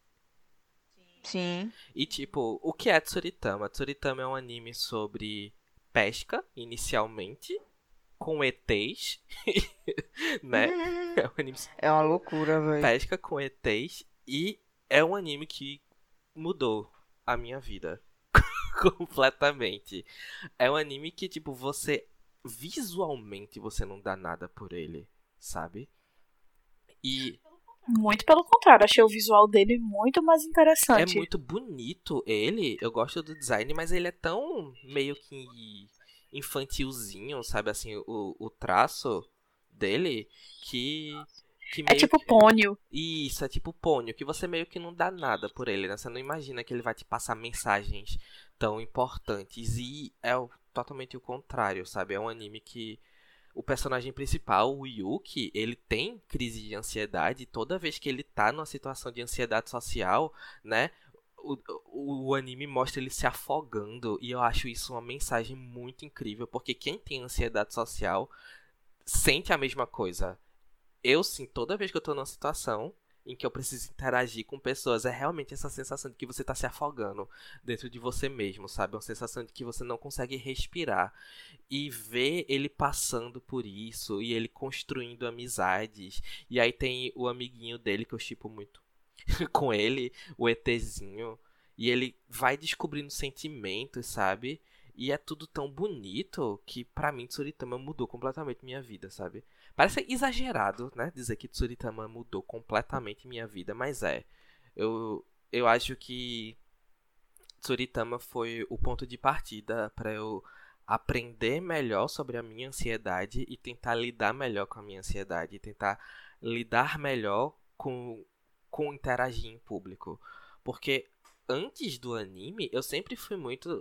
Sim. E tipo, o que é Tsuritama? Tsuritama é um anime sobre pesca, inicialmente, com ETs, né? É um anime sobre É uma loucura, velho. pesca com ETs e é um anime que mudou a minha vida completamente. É um anime que, tipo, você visualmente você não dá nada por ele, sabe? E Muito pelo contrário, achei o visual dele muito mais é interessante. muito bonito ele. Eu gosto do design, mas ele é tão meio que infantilzinho, sabe? Assim, o traço dele que É meio tipo que... pônio. Isso, é tipo pônio, que você meio que não dá nada por ele, né? Você não imagina que ele vai te passar mensagens tão importantes. E é totalmente o contrário, sabe? É um anime que o personagem principal, o Yuki, ele tem crise de ansiedade. Toda vez que ele tá numa situação de ansiedade social, né? O anime mostra ele se afogando. E eu acho isso uma mensagem muito incrível. Porque quem tem ansiedade social sente a mesma coisa. Eu sinto toda vez que eu tô numa situação em que eu preciso interagir com pessoas, é realmente essa sensação de que você tá se afogando dentro de você mesmo, sabe? Uma sensação de que você não consegue respirar. E ver ele passando por isso, e ele construindo amizades. E aí tem o amiguinho dele que eu shippo muito com ele, o ETzinho. E ele vai descobrindo sentimentos, sabe? E é tudo tão bonito que pra mim Tsuritama mudou completamente minha vida, sabe? Parece exagerado, né? Dizer que Tsuritama mudou completamente minha vida, mas é. Eu acho que Tsuritama foi o ponto de partida pra eu aprender melhor sobre a minha ansiedade e tentar lidar melhor com a minha ansiedade. E tentar lidar melhor com interagir em público. Porque antes do anime, eu sempre fui muito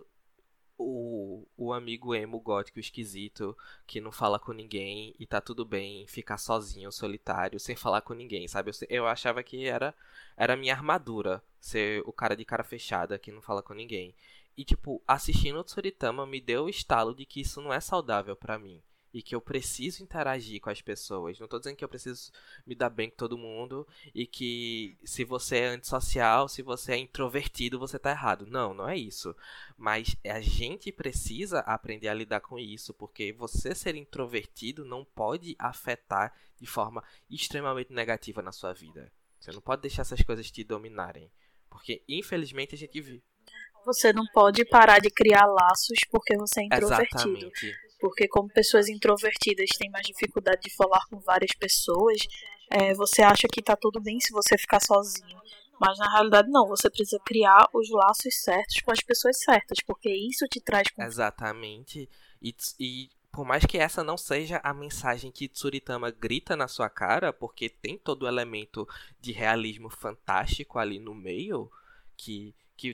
o amigo emo gótico esquisito que não fala com ninguém e tá tudo bem ficar sozinho, solitário, sem falar com ninguém, sabe? Eu achava que era a minha armadura ser o cara de cara fechada que não fala com ninguém. E, tipo, assistindo o Tsuritama me deu o estalo de que isso não é saudável pra mim. E que eu preciso interagir com as pessoas. Não tô dizendo que eu preciso me dar bem com todo mundo. E que se você é antissocial, se você é introvertido, você tá errado. Não, não é isso. Mas a gente precisa aprender a lidar com isso. Porque você ser introvertido não pode afetar de forma extremamente negativa na sua vida. Você não pode deixar essas coisas te dominarem. Porque, infelizmente, a gente vive. Você não pode parar de criar laços porque você é introvertido. Exatamente. Porque como pessoas introvertidas têm mais dificuldade de falar com várias pessoas, você acha que tá tudo bem se você ficar sozinho. Mas na realidade não, você precisa criar os laços certos com as pessoas certas, porque isso te traz confiança. Exatamente. E por mais que essa não seja a mensagem que Tsuritama grita na sua cara, porque tem todo o elemento de realismo fantástico ali no meio, que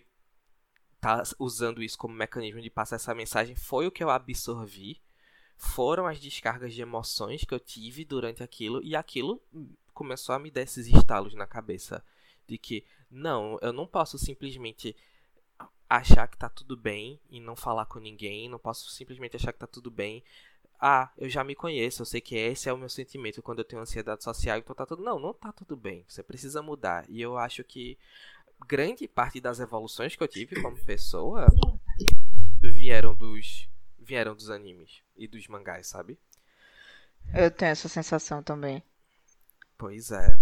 tá usando isso como mecanismo de passar essa mensagem, foi o que eu absorvi. Foram as descargas de emoções que eu tive durante aquilo, e aquilo começou a me dar esses estalos na cabeça. De que, não, eu não posso simplesmente achar que tá tudo bem e não falar com ninguém, não posso simplesmente achar que tá tudo bem. Ah, eu já me conheço, eu sei que esse é o meu sentimento quando eu tenho ansiedade social, então tá tudo... Não, não tá tudo bem, você precisa mudar. E eu acho que grande parte das evoluções que eu tive como pessoa vieram dos animes e dos mangás, sabe? Eu tenho essa sensação também. Pois é.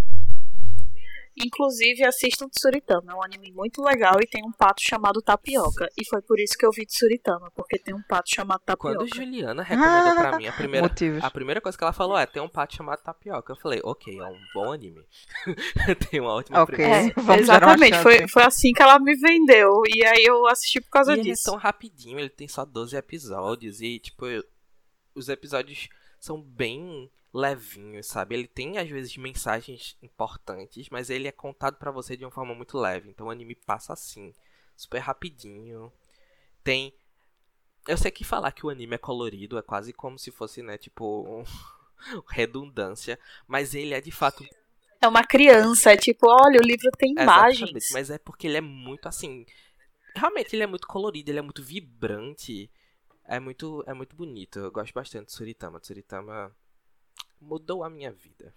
Inclusive, assistam Tsuritama, é um anime muito legal e tem um pato chamado Tapioca. E foi por isso que eu vi Tsuritama, porque tem um pato chamado Tapioca. Quando Juliana recomendou pra mim, Motivos. a primeira coisa que ela falou tem um pato chamado Tapioca. Eu falei, ok, é um bom anime. Tem uma ótima Ok. premissa. Vamos dar uma Exatamente, chance. foi assim que ela me vendeu. E aí eu assisti por causa E ele é disso. tão rapidinho, ele tem só 12 episódios e, tipo, os episódios são bem levinhos, sabe? Ele tem, às vezes, mensagens importantes, mas ele é contado pra você de uma forma muito leve. Então o anime passa assim, super rapidinho. Tem... Eu sei que falar que o anime é colorido é quase como se fosse, né, tipo, redundância. Mas ele é, de fato, É uma criança, é tipo, olha, o livro tem Exatamente, imagens. mas é porque ele é muito assim. Realmente ele é muito colorido, ele é muito vibrante. É muito bonito. Eu gosto bastante de Tsuritama. Tsuritama mudou a minha vida.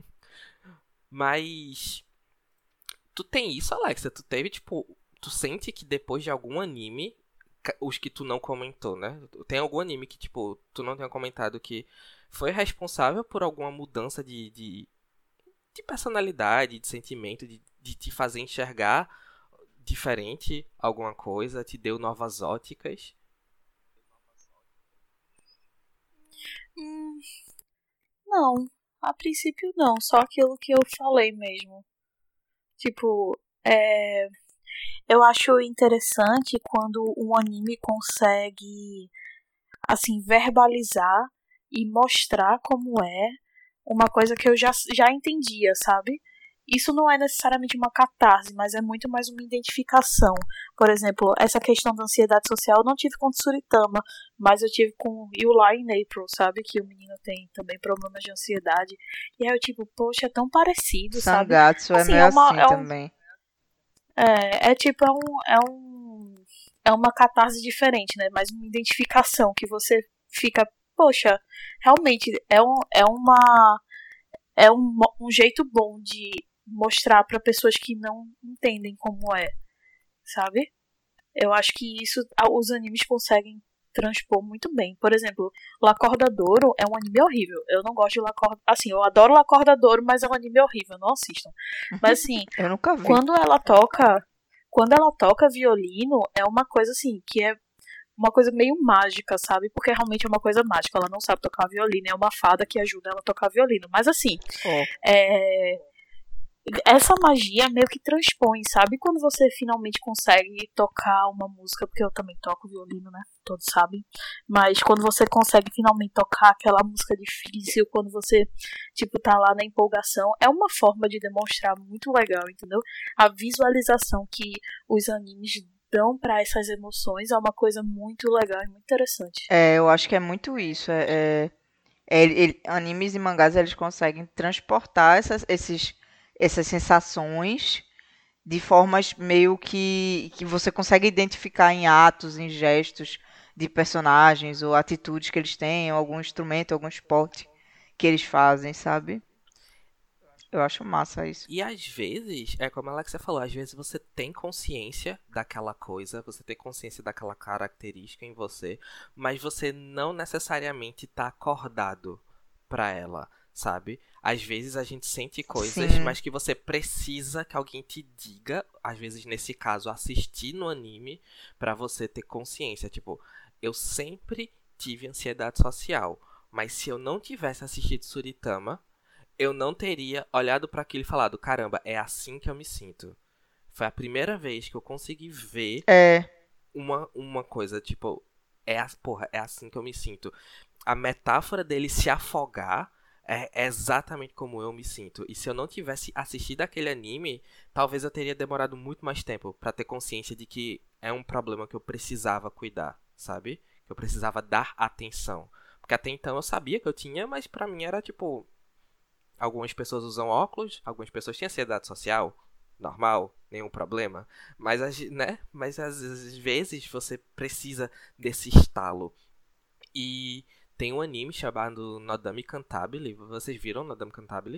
Mas tu tem isso, Alexa? Tu teve, tipo, tu sente que depois de algum anime, os que tu não comentou, né? Tem algum anime que, tipo, tu não tenha comentado que foi responsável por alguma mudança de personalidade, de sentimento, de te fazer enxergar diferente alguma coisa, te deu novas óticas? Hum, não, a princípio não, só aquilo que eu falei mesmo. Tipo, eu acho interessante quando um anime consegue, assim, verbalizar e mostrar como é uma coisa que eu já entendia, sabe? Isso não é necessariamente uma catarse, mas é muito mais uma identificação. Por exemplo, essa questão da ansiedade social eu não tive com Tsuritama, mas eu tive com You Lie in April, sabe? Que o menino tem também problemas de ansiedade. E aí eu tipo, poxa, é tão parecido, sabe? Sangatsu é Assim, meio assim também. tipo, é uma catarse diferente, né? Mais uma identificação que você fica, poxa, realmente é um jeito bom de mostrar para pessoas que não entendem como é, sabe? Eu acho que isso os animes conseguem transpor muito bem. Por exemplo, Lacordadouro é um anime horrível. Eu não gosto de Lacordadouro. Assim, eu adoro Lacordadouro, mas é um anime horrível. Não assistam. Mas assim, Eu nunca vi. quando ela toca violino, é uma coisa assim, que é uma coisa meio mágica, sabe? Porque realmente é uma coisa mágica. Ela não sabe tocar violino, é uma fada que ajuda ela a tocar violino. Mas assim, essa magia meio que transpõe, sabe? Quando você finalmente consegue tocar uma música, porque eu também toco violino, né? Todos sabem. Mas quando você consegue finalmente tocar aquela música difícil, quando você, tipo, tá lá na empolgação, é uma forma de demonstrar muito legal, entendeu? A visualização que os animes dão pra essas emoções é uma coisa muito legal e muito interessante. Eu acho que é muito isso. Animes e mangás, eles conseguem transportar essas sensações de formas meio que você consegue identificar em atos, em gestos de personagens ou atitudes que eles têm, ou algum instrumento, algum esporte que eles fazem, sabe? Eu acho massa isso. E às vezes, é como a Alexia falou, às vezes você tem consciência daquela coisa, você tem consciência daquela característica em você, mas você não necessariamente tá acordado pra ela, sabe? Às vezes a gente sente coisas, Sim. mas que você precisa que alguém te diga, às vezes nesse caso assistir no anime, pra você ter consciência. Tipo, eu sempre tive ansiedade social, mas se eu não tivesse assistido Suritama, eu não teria olhado pra aquilo e falado, caramba, é assim que eu me sinto. Foi a primeira vez que eu consegui ver uma coisa, tipo, porra, é assim que eu me sinto. A metáfora dele se afogar é exatamente como eu me sinto. E se eu não tivesse assistido aquele anime, talvez eu teria demorado muito mais tempo pra ter consciência de que é um problema que eu precisava cuidar, sabe? Que eu precisava dar atenção. Porque até então eu sabia que eu tinha, mas pra mim era tipo... Algumas pessoas usam óculos, algumas pessoas têm ansiedade social, normal, nenhum problema. Mas, né? Mas às vezes você precisa desse estalo. E tem um anime chamado Nodame Cantabile. Vocês viram Nodame Cantabile?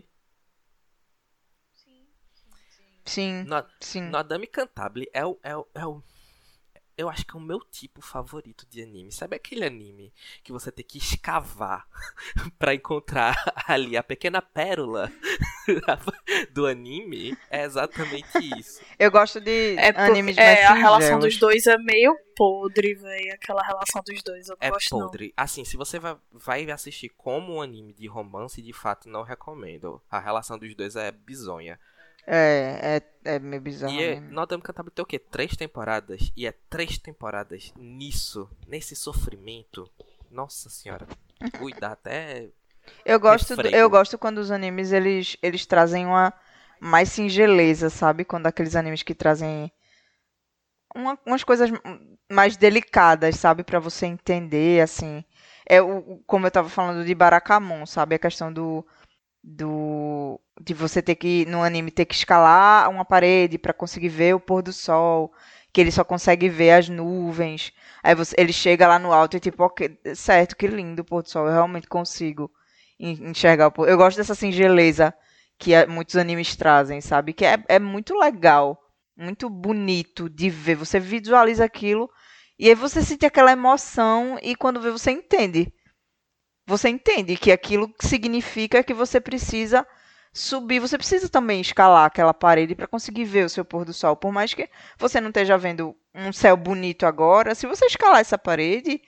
Sim. Nodame Cantabile é o eu acho que é o meu tipo favorito de anime. Sabe aquele anime que você tem que escavar pra encontrar ali a pequena pérola do anime? É exatamente isso. Eu gosto de animes mais a relação singelos. dos dois é meio podre, velho. Aquela relação dos dois, eu não gosto podre. Assim, se você vai assistir como um anime de romance, de fato não recomendo. A relação dos dois é bizonha. É meio bizarro mesmo. Nodame Cantabile tem o quê? 3 temporadas? E é 3 temporadas nesse sofrimento. Nossa senhora. Cuidar até... Eu gosto quando os animes, eles trazem uma mais singeleza, sabe? Quando aqueles animes que trazem umas coisas mais delicadas, sabe? Pra você entender, assim. Como eu tava falando de Barakamon, sabe? A questão de você ter que, no anime, ter que escalar uma parede para conseguir ver o pôr do sol, que ele só consegue ver as nuvens. Aí ele chega lá no alto e tipo, ok, certo, que lindo o pôr do sol, eu realmente consigo enxergar o pôr. Eu gosto dessa singeleza que muitos animes trazem, sabe? Que é muito legal, muito bonito de ver. Você visualiza aquilo e aí você sente aquela emoção e quando vê você entende. Você entende que aquilo significa que você precisa subir, você precisa também escalar aquela parede para conseguir ver o seu pôr do sol. Por mais que você não esteja vendo um céu bonito agora, se você escalar essa parede,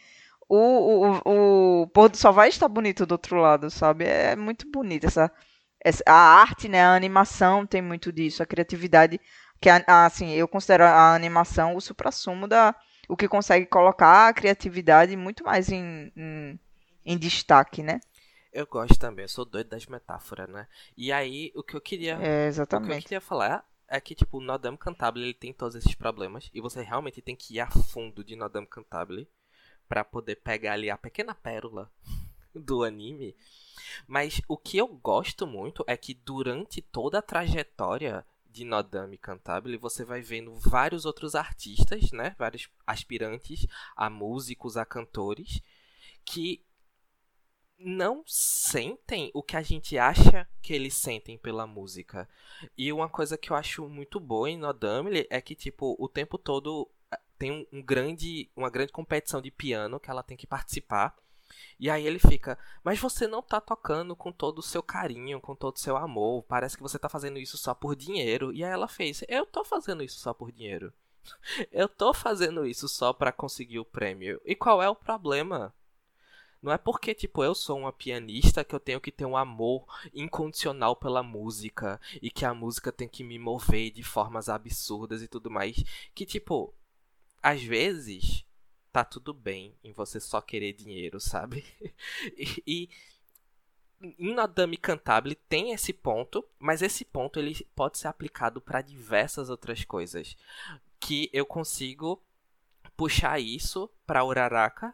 o pôr do sol vai estar bonito do outro lado, sabe? É muito bonito a arte, né? A animação tem muito disso, a criatividade, que assim, eu considero a animação o suprassumo o que consegue colocar a criatividade muito mais em destaque, né? Eu gosto também, eu sou doido das metáforas, né? E aí, o que eu Exatamente. queria falar é que, tipo, o Nodame Cantabile, ele tem todos esses problemas, e você realmente tem que ir a fundo de Nodame Cantabile pra poder pegar ali a pequena pérola do anime. Mas o que eu gosto muito é que durante toda a trajetória de Nodame Cantabile, você vai vendo vários outros artistas, né? Vários aspirantes a músicos, a cantores, que não sentem o que a gente acha que eles sentem pela música. E uma coisa que eu acho muito boa em Nodamile é que, tipo, o tempo todo tem uma grande competição de piano que ela tem que participar. E aí ele fica, mas você não tá tocando com todo o seu carinho, com todo o seu amor. Parece que você tá fazendo isso só por dinheiro. E aí ela fez, eu tô fazendo isso só por dinheiro. Eu tô fazendo isso só pra conseguir o prêmio. E qual é o problema? Não é porque, tipo, eu sou uma pianista que eu tenho que ter um amor incondicional pela música e que a música tem que me mover de formas absurdas e tudo mais. Que, tipo, às vezes tá tudo bem em você só querer dinheiro, sabe? E em Nodame Cantabile tem esse ponto, mas esse ponto ele pode ser aplicado para diversas outras coisas. Que eu consigo puxar isso pra Uraraka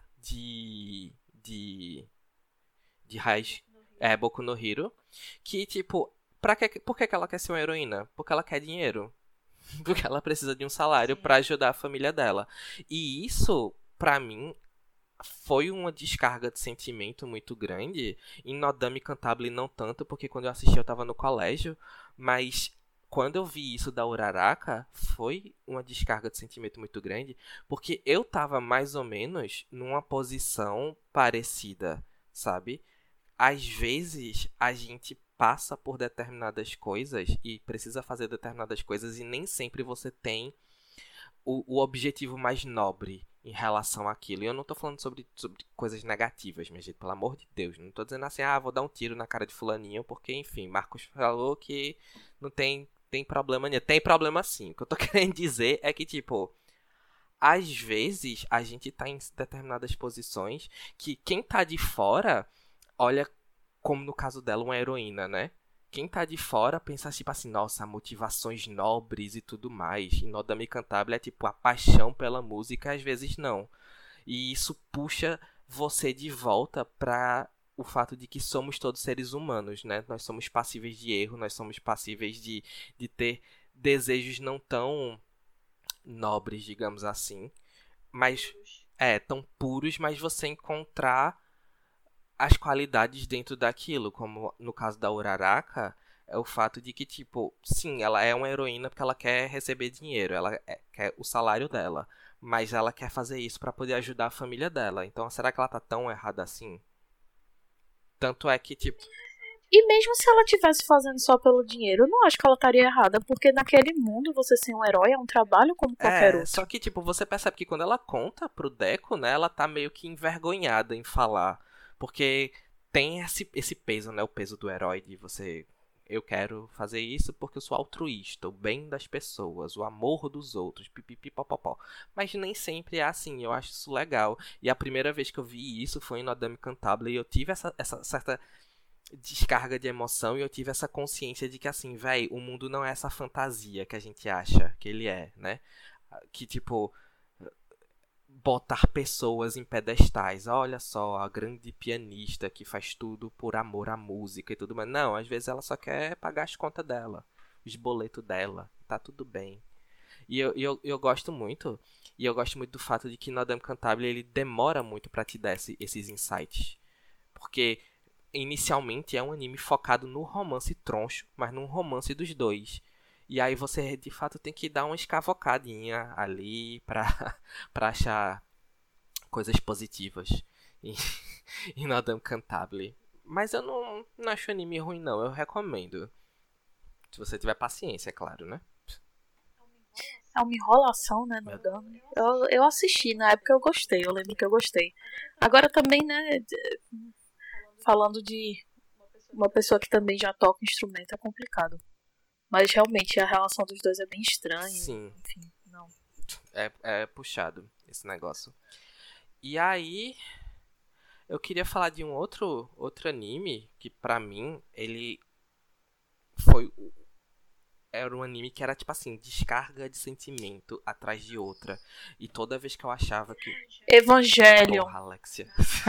de Raiz, Boku no Hero, que tipo, por que ela quer ser uma heroína? Porque ela quer dinheiro. Porque ela precisa de um salário pra ajudar a família dela. E isso, pra mim, foi uma descarga de sentimento muito grande. Em Nodame Cantabile não tanto, porque quando eu assisti eu tava no colégio, mas quando eu vi isso da Uraraka, foi uma descarga de sentimento muito grande, porque eu tava mais ou menos numa posição parecida, sabe? Às vezes a gente passa por determinadas coisas e precisa fazer determinadas coisas e nem sempre você tem o objetivo mais nobre em relação àquilo. E eu não tô falando sobre coisas negativas, minha gente, pelo amor de Deus. Não tô dizendo assim, vou dar um tiro na cara de fulaninho, porque, enfim, Marcos falou que não tem problema nenhum. Tem problema sim. O que eu tô querendo dizer é que, tipo, às vezes a gente tá em determinadas posições que quem tá de fora olha, como no caso dela, uma heroína, né? Quem tá de fora pensa tipo assim, nossa, motivações nobres e tudo mais. E Nodame Cantabile é tipo a paixão pela música, às vezes não. E isso puxa você de volta pra o fato de que somos todos seres humanos, né? Nós somos passíveis de erro, nós somos passíveis de ter desejos não tão nobres, digamos assim. Mas, tão puros, mas você encontrar as qualidades dentro daquilo, como no caso da Uraraka, é o fato de que, tipo, sim, ela é uma heroína porque ela quer receber dinheiro, ela quer o salário dela, mas ela quer fazer isso pra poder ajudar a família dela. Então, será que ela tá tão errada assim? Tanto é que, tipo... E mesmo se ela estivesse fazendo só pelo dinheiro, eu não acho que ela estaria errada, porque naquele mundo você ser um herói é um trabalho como qualquer outro. Só que, tipo, você percebe que quando ela conta pro Deco, né, ela tá meio que envergonhada em falar. Porque tem esse peso, né, o peso do herói de você... Eu quero fazer isso porque eu sou altruísta, o bem das pessoas, o amor dos outros, pipipipopopó. Mas nem sempre é assim, eu acho isso legal. E a primeira vez que eu vi isso foi em Nodame Cantabile e eu tive essa certa descarga de emoção e eu tive essa consciência de que assim, véi, o mundo não é essa fantasia que a gente acha que ele é, né? Que tipo, botar pessoas em pedestais. Olha só, a grande pianista que faz tudo por amor à música e tudo mais. Não, às vezes ela só quer pagar as contas dela, os boletos dela. Tá tudo bem. E eu gosto muito. E eu gosto muito do fato de que Madame Cantabile ele demora muito pra te dar esses insights. Porque inicialmente é um anime focado no romance troncho, mas num romance dos dois. E aí você de fato tem que dar uma escavocadinha ali pra achar coisas positivas em, em Madame Cantabile. Mas eu não acho anime ruim não, eu recomendo. Se você tiver paciência, é claro, né? É uma enrolação, né, no Dama. Eu assisti, na época eu gostei, eu lembro que eu gostei. Agora também, né, falando de uma pessoa que também já toca instrumento, é complicado. Mas realmente a relação dos dois é bem estranha. Sim. Enfim, não. É puxado esse negócio. E aí, eu queria falar de um outro anime que pra mim, ele era um anime que era tipo assim, descarga de sentimento atrás de outra. E toda vez que eu achava que... Evangelion. Porra, Alexia.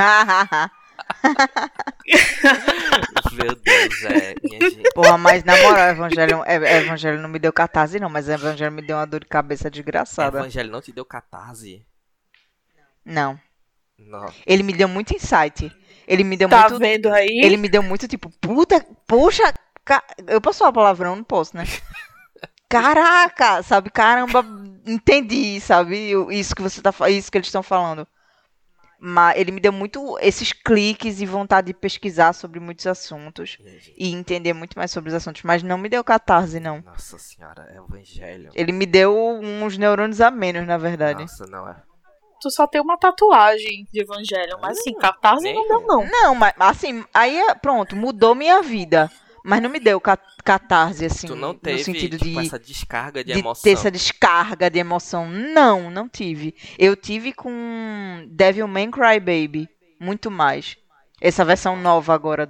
Meu Deus, minha gente. Porra, mas na moral, Evangelho não me deu catarse não, mas Evangelho me deu uma dor de cabeça desgraçada. Evangelho não te deu catarse? Não. Não. Ele me deu muito insight. Ele me deu Tá muito... vendo aí? Ele me deu muito tipo, poxa, eu posso falar palavrão? Não posso, né? Caraca, sabe? Caramba, entendi, sabe? Isso que isso que eles estão falando. Mas ele me deu muito esses cliques e vontade de pesquisar sobre muitos assuntos e entender muito mais sobre os assuntos, mas não me deu catarse, não. Nossa senhora, Evangelho. Ele me deu uns neurônios a menos, na verdade. Nossa, não é. Tu só tem uma tatuagem de Evangelho, mas assim, catarse não deu, não. Não, mas assim, aí pronto, mudou minha vida. Mas não me deu catarse, assim, Tu não teve, no sentido tipo, de essa descarga de ter emoção? essa descarga de emoção. Não tive. Eu tive com Devilman Crybaby, muito mais. Essa versão nova agora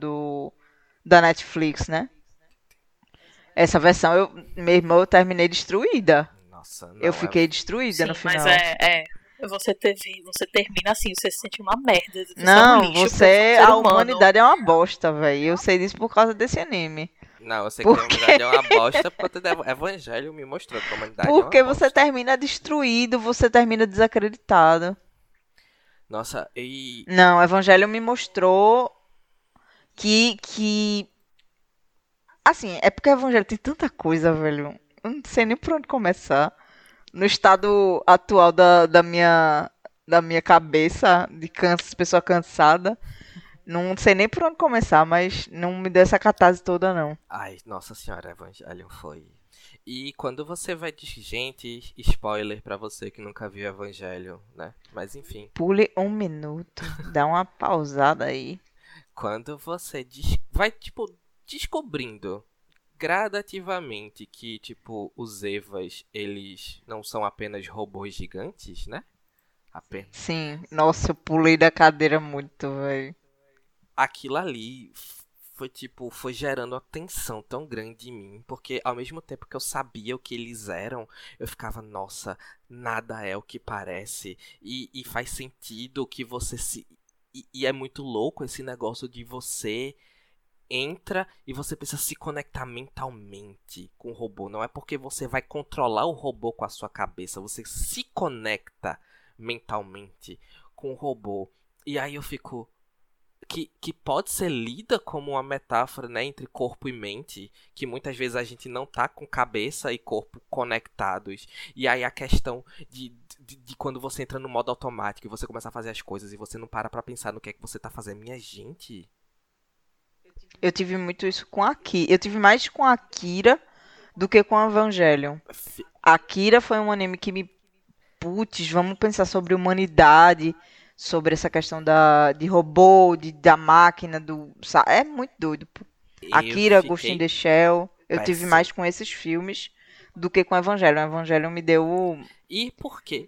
da Netflix, né? Essa versão, eu terminei destruída. Nossa, não, eu fiquei destruída no final. Mas você termina assim, você se sente uma merda. Não, a humano. humanidade é uma bosta, velho. Eu sei disso por causa desse anime. Não, eu sei que a humanidade é uma bosta porque o Evangelho me mostrou que a humanidade porque é uma bosta. Você termina destruído, você termina desacreditado. Nossa, e... Não, o Evangelho me mostrou que... Assim, é porque o Evangelho tem tanta coisa, velho. Eu não sei nem por onde começar. No estado atual da minha cabeça, de pessoa cansada, não sei nem por onde começar, mas não me deu essa catarse toda, não. Ai, nossa senhora, Evangelion foi... E quando você vai... Gente, spoiler pra você que nunca viu Evangelion, né? Mas enfim. Pule 1 minuto, dá uma pausada aí. Quando você vai, tipo, descobrindo... gradativamente que, tipo, os Evas, eles não são apenas robôs gigantes, né? Sim, nossa, eu pulei da cadeira muito, velho. Aquilo ali foi gerando uma tensão tão grande em mim, porque ao mesmo tempo que eu sabia o que eles eram, eu ficava, nossa, nada é o que parece, e faz sentido que você se... E é muito louco esse negócio de você... entra e você precisa se conectar mentalmente com o robô. Não é porque você vai controlar o robô com a sua cabeça. Você se conecta mentalmente com o robô. E aí eu fico... Que pode ser lida como uma metáfora, né, entre corpo e mente. Que muitas vezes a gente não tá com cabeça e corpo conectados. E aí a questão de quando você entra no modo automático e você começa a fazer as coisas e você não para pra pensar no que é que você tá fazendo. Minha gente... Eu tive muito isso com Akira. Eu tive mais com Akira do que com Evangelion. Akira foi um anime que me... Putz, vamos pensar sobre humanidade, sobre essa questão de robô, da máquina, é muito doido. Akira, Ghost in the Shell. Eu tive mais com esses filmes do que com Evangelion. Evangelion me deu... E por quê?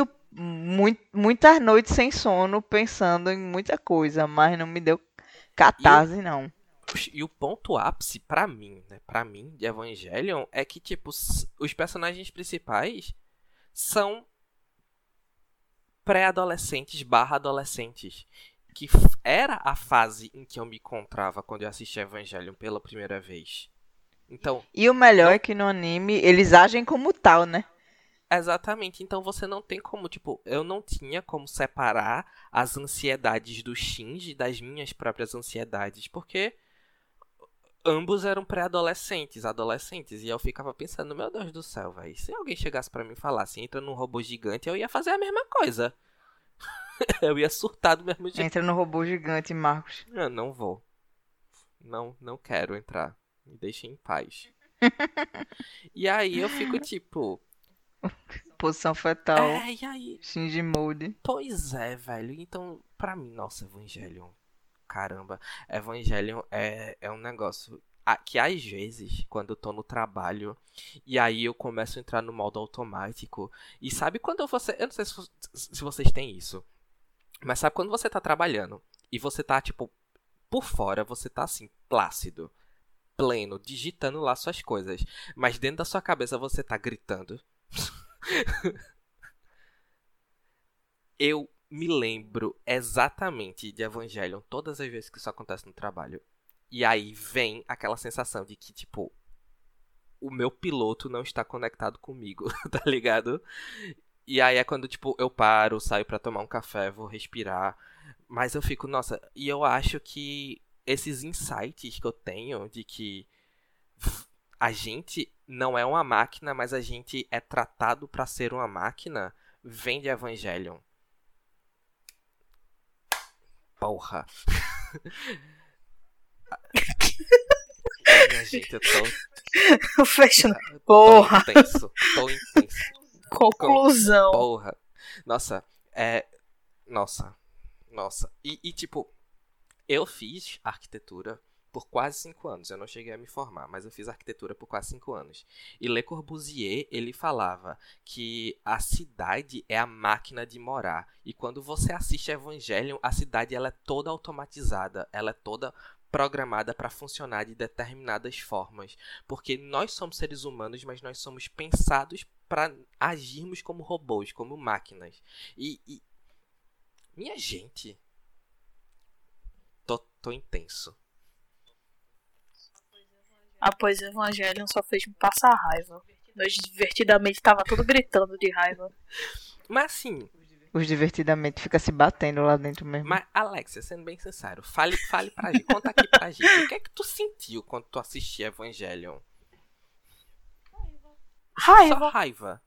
Muitas noites sem sono pensando em muita coisa, mas não me deu catarse, não. E o ponto ápice, pra mim, de Evangelion, é que, tipo, os personagens principais são pré-adolescentes barra adolescentes. Que era a fase em que eu me encontrava quando eu assisti Evangelion pela primeira vez. Então, E o melhor é que no anime eles agem como tal, né? exatamente. Então você não tem como, tipo, eu não tinha como separar as ansiedades do Shinji das minhas próprias ansiedades, porque ambos eram pré-adolescentes, adolescentes, e eu ficava pensando, meu Deus do céu, velho, se alguém chegasse pra mim e falasse, entra num robô gigante, eu ia fazer a mesma coisa. Eu ia surtar do mesmo jeito. Entra no robô gigante, Marcos. Eu não vou. Não quero entrar. Me deixem em paz. E aí eu fico tipo, Posição fetal. e aí? Shinji Mode. Pois é, velho. Então, pra mim, nossa, Evangelion. Caramba. Evangelion é um negócio que às vezes, quando eu tô no trabalho, e aí eu começo a entrar no modo automático. E sabe quando você. Eu não sei se vocês têm isso. Mas sabe quando você tá trabalhando e você tá, tipo, por fora, você tá assim, plácido, pleno, digitando lá suas coisas. Mas dentro da sua cabeça você tá gritando. Eu me lembro exatamente de Evangelion todas as vezes que isso acontece no trabalho. E aí vem aquela sensação de que, tipo, o meu piloto não está conectado comigo, tá ligado? E aí é quando, tipo, eu paro, saio pra tomar um café, vou respirar. Mas eu fico, nossa, e eu acho que esses insights que eu tenho de que a gente não é uma máquina, mas a gente é tratado pra ser uma máquina, vem de Evangelion. Porra. Minha gente, eu tô... Fechando. Porra. Tô intenso. Conclusão. Porra. Nossa, Nossa. E tipo, eu fiz arquitetura por quase 5 anos. Eu não cheguei a me formar, mas eu fiz arquitetura por quase 5 anos. E Le Corbusier, ele falava que a cidade é a máquina de morar. E quando você assiste Evangelion, a cidade ela é toda automatizada. Ela é toda programada para funcionar de determinadas formas. Porque nós somos seres humanos, mas nós somos pensados para agirmos como robôs, como máquinas. E minha gente, tô intenso. Após o Evangelion só fez me passar raiva. Nós divertidamente tava tudo gritando de raiva. Mas assim... Os divertidamente fica se batendo lá dentro mesmo. Mas, Alexia, sendo bem sincero, fale pra gente, conta aqui pra gente. O que é que tu sentiu quando tu assistia Evangelion? Raiva. Só raiva.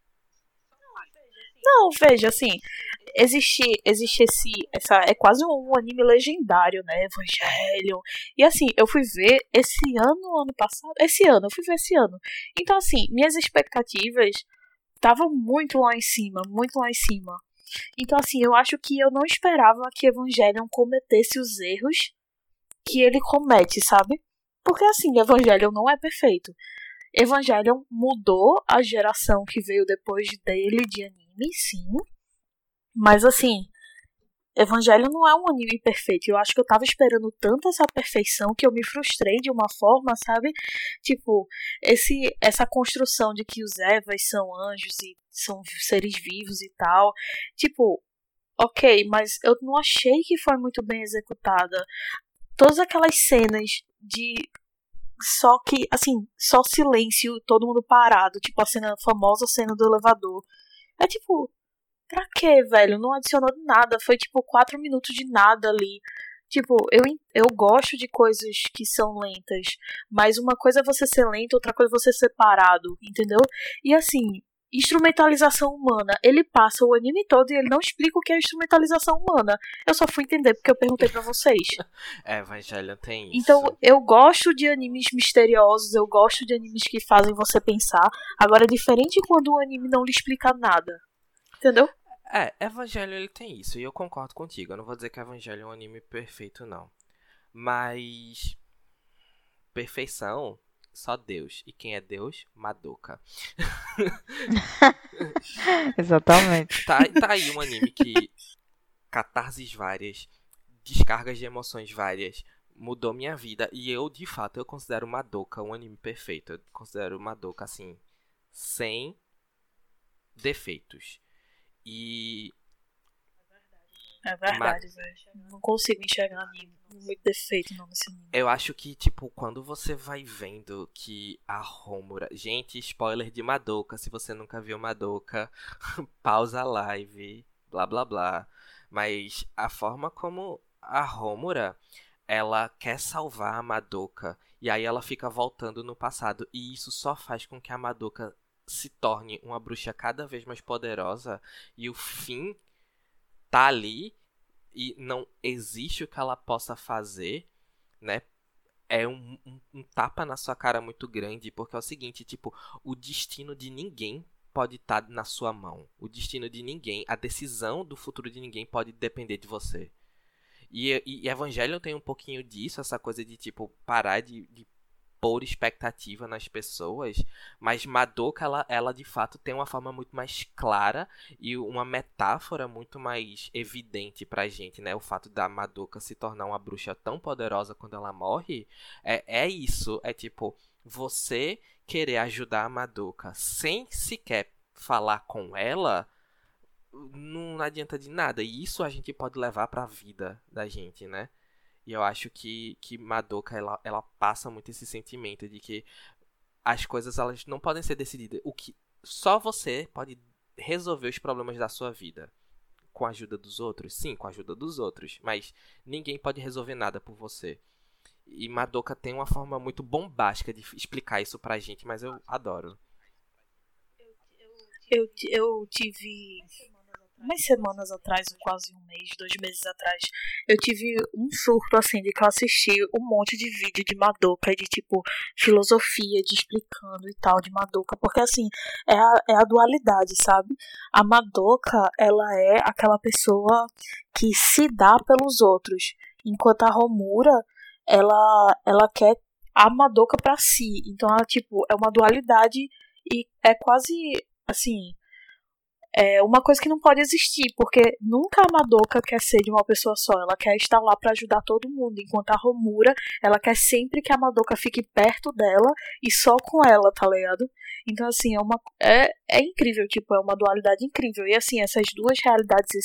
Não, veja, assim, existe é quase um anime legendário, né, Evangelion. E assim, eu fui ver ano passado, eu fui ver esse ano. Então assim, minhas expectativas estavam muito lá em cima, muito lá em cima. Então assim, eu acho que eu não esperava que Evangelion cometesse os erros que ele comete, sabe? Porque assim, Evangelion não é perfeito. Evangelion mudou a geração que veio depois dele de anime, sim. Mas assim, Evangelion não é um anime perfeito. Eu acho que eu tava esperando tanto essa perfeição que eu me frustrei de uma forma, sabe? Tipo, essa construção de que os Evas são anjos e são seres vivos e tal. Tipo, ok, mas eu não achei que foi muito bem executada. Todas aquelas cenas de... Só que, assim, só silêncio, todo mundo parado. Tipo, a famosa cena do elevador. É tipo, pra quê, velho? Não adicionou nada. Foi tipo 4 minutos de nada ali. Tipo, eu gosto de coisas que são lentas. Mas uma coisa é você ser lento, outra coisa é você ser parado, entendeu? E assim, instrumentalização humana. Ele passa o anime todo e ele não explica o que é instrumentalização humana. Eu só fui entender porque eu perguntei pra vocês. Evangelion tem isso. Então, eu gosto de animes misteriosos, eu gosto de animes que fazem você pensar. Agora, é diferente quando o anime não lhe explica nada. Entendeu? Evangelion ele tem isso, e eu concordo contigo. Eu não vou dizer que Evangelion é um anime perfeito, não. Mas... perfeição, só Deus. E quem é Deus? Madoka. Exatamente. Tá aí um anime que... catarses várias, descargas de emoções várias, mudou minha vida. E eu, de fato, eu considero Madoka um anime perfeito. Eu considero Madoka, assim, sem defeitos. E É verdade, velho. Não consigo enxergar muito defeito não nesse anime. Eu acho que, tipo, quando você vai vendo que a Homura... Gente, spoiler de Madoka. Se você nunca viu Madoka, pausa a live, blá blá blá. Mas a forma como a Homura, ela quer salvar a Madoka. E aí ela fica voltando no passado. E isso só faz com que a Madoka se torne uma bruxa cada vez mais poderosa. E o fim tá ali e não existe o que ela possa fazer, né? É um tapa na sua cara muito grande, porque é o seguinte, tipo, o destino de ninguém pode estar na sua mão. O destino de ninguém, a decisão do futuro de ninguém pode depender de você. E Evangelion tem um pouquinho disso, essa coisa de, tipo, parar de pôr expectativa nas pessoas, mas Madoka, ela de fato tem uma forma muito mais clara e uma metáfora muito mais evidente pra gente, né? O fato da Madoka se tornar uma bruxa tão poderosa quando ela morre, é isso, é tipo, você querer ajudar a Madoka sem sequer falar com ela, não adianta de nada, e isso a gente pode levar pra vida da gente, né? E eu acho que Madoka, ela passa muito esse sentimento de que as coisas elas não podem ser decididas. O que só você pode resolver os problemas da sua vida. Com a ajuda dos outros? Sim, com a ajuda dos outros. Mas ninguém pode resolver nada por você. E Madoka tem uma forma muito bombástica de explicar isso pra gente, mas eu adoro. Eu tive umas semanas atrás, quase um mês, 2 meses atrás, eu tive um surto, assim, de que eu assisti um monte de vídeo de Madoka, de, tipo, filosofia, de explicando e tal, de Madoka, porque, assim, é a dualidade, sabe? A Madoka, ela é aquela pessoa que se dá pelos outros, enquanto a Homura, ela quer a Madoka pra si, então, ela, tipo, é uma dualidade e é quase, assim... É uma coisa que não pode existir, porque nunca a Madoka quer ser de uma pessoa só, ela quer estar lá pra ajudar todo mundo, enquanto a Homura, ela quer sempre que a Madoka fique perto dela e só com ela, tá ligado? Então, assim, é incrível, tipo, é uma dualidade incrível, e assim, essas duas realidades,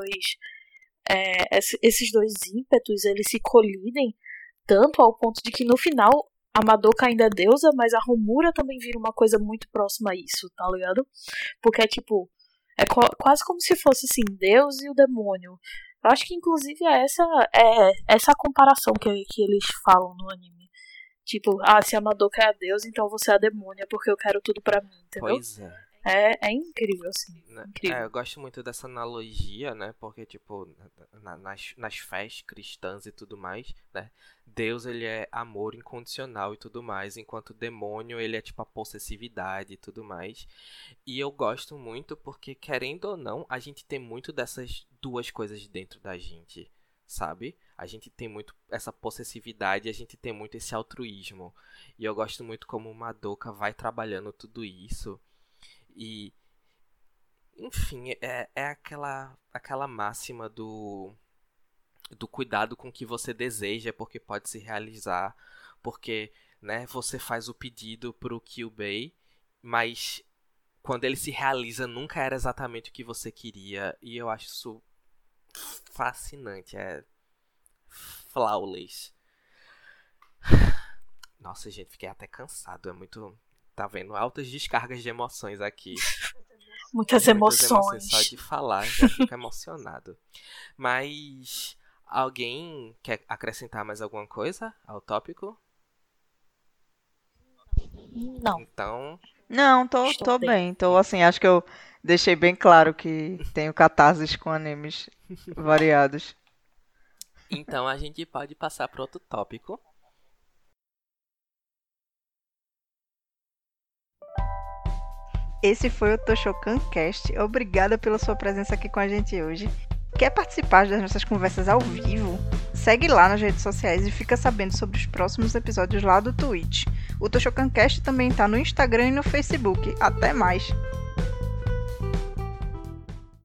esses dois ímpetos, eles se colidem tanto ao ponto de que no final a Madoka ainda é deusa, mas a Homura também vira uma coisa muito próxima a isso, tá ligado? Porque é tipo... É quase como se fosse, assim, Deus e o demônio. Eu acho que, inclusive, essa a comparação que eles falam no anime. Tipo, se a Madoka é a Deus, então você é a demônia, porque eu quero tudo pra mim, entendeu? Pois é. É incrível, assim. Incrível. Eu gosto muito dessa analogia, né? Porque, tipo, nas fés cristãs e tudo mais, né? Deus, ele é amor incondicional e tudo mais, enquanto o demônio, ele é, tipo, a possessividade e tudo mais. E eu gosto muito porque, querendo ou não, a gente tem muito dessas duas coisas dentro da gente, sabe? A gente tem muito essa possessividade e a gente tem muito esse altruísmo. E eu gosto muito como Madoka vai trabalhando tudo isso. E, enfim, é aquela máxima do cuidado com o que você deseja, porque pode se realizar, porque, né, você faz o pedido pro Kyubei, mas quando ele se realiza nunca era exatamente o que você queria, e eu acho isso fascinante, é flawless. Nossa, gente, fiquei até cansado, é muito... Tá vendo? Altas descargas de emoções aqui. Muitas emoções. Só de falar, já fico emocionado. Mas alguém quer acrescentar mais alguma coisa ao tópico? Não. Então... Não, tô bem. Tô, assim, acho que eu deixei bem claro que tenho catarses com animes variados. Então a gente pode passar para outro tópico. Esse foi o Toshokan Cast. Obrigada pela sua presença aqui com a gente hoje. Quer participar das nossas conversas ao vivo? Segue lá nas redes sociais e fica sabendo sobre os próximos episódios lá do Twitch. O Toshokan Cast também tá no Instagram e no Facebook. Até mais!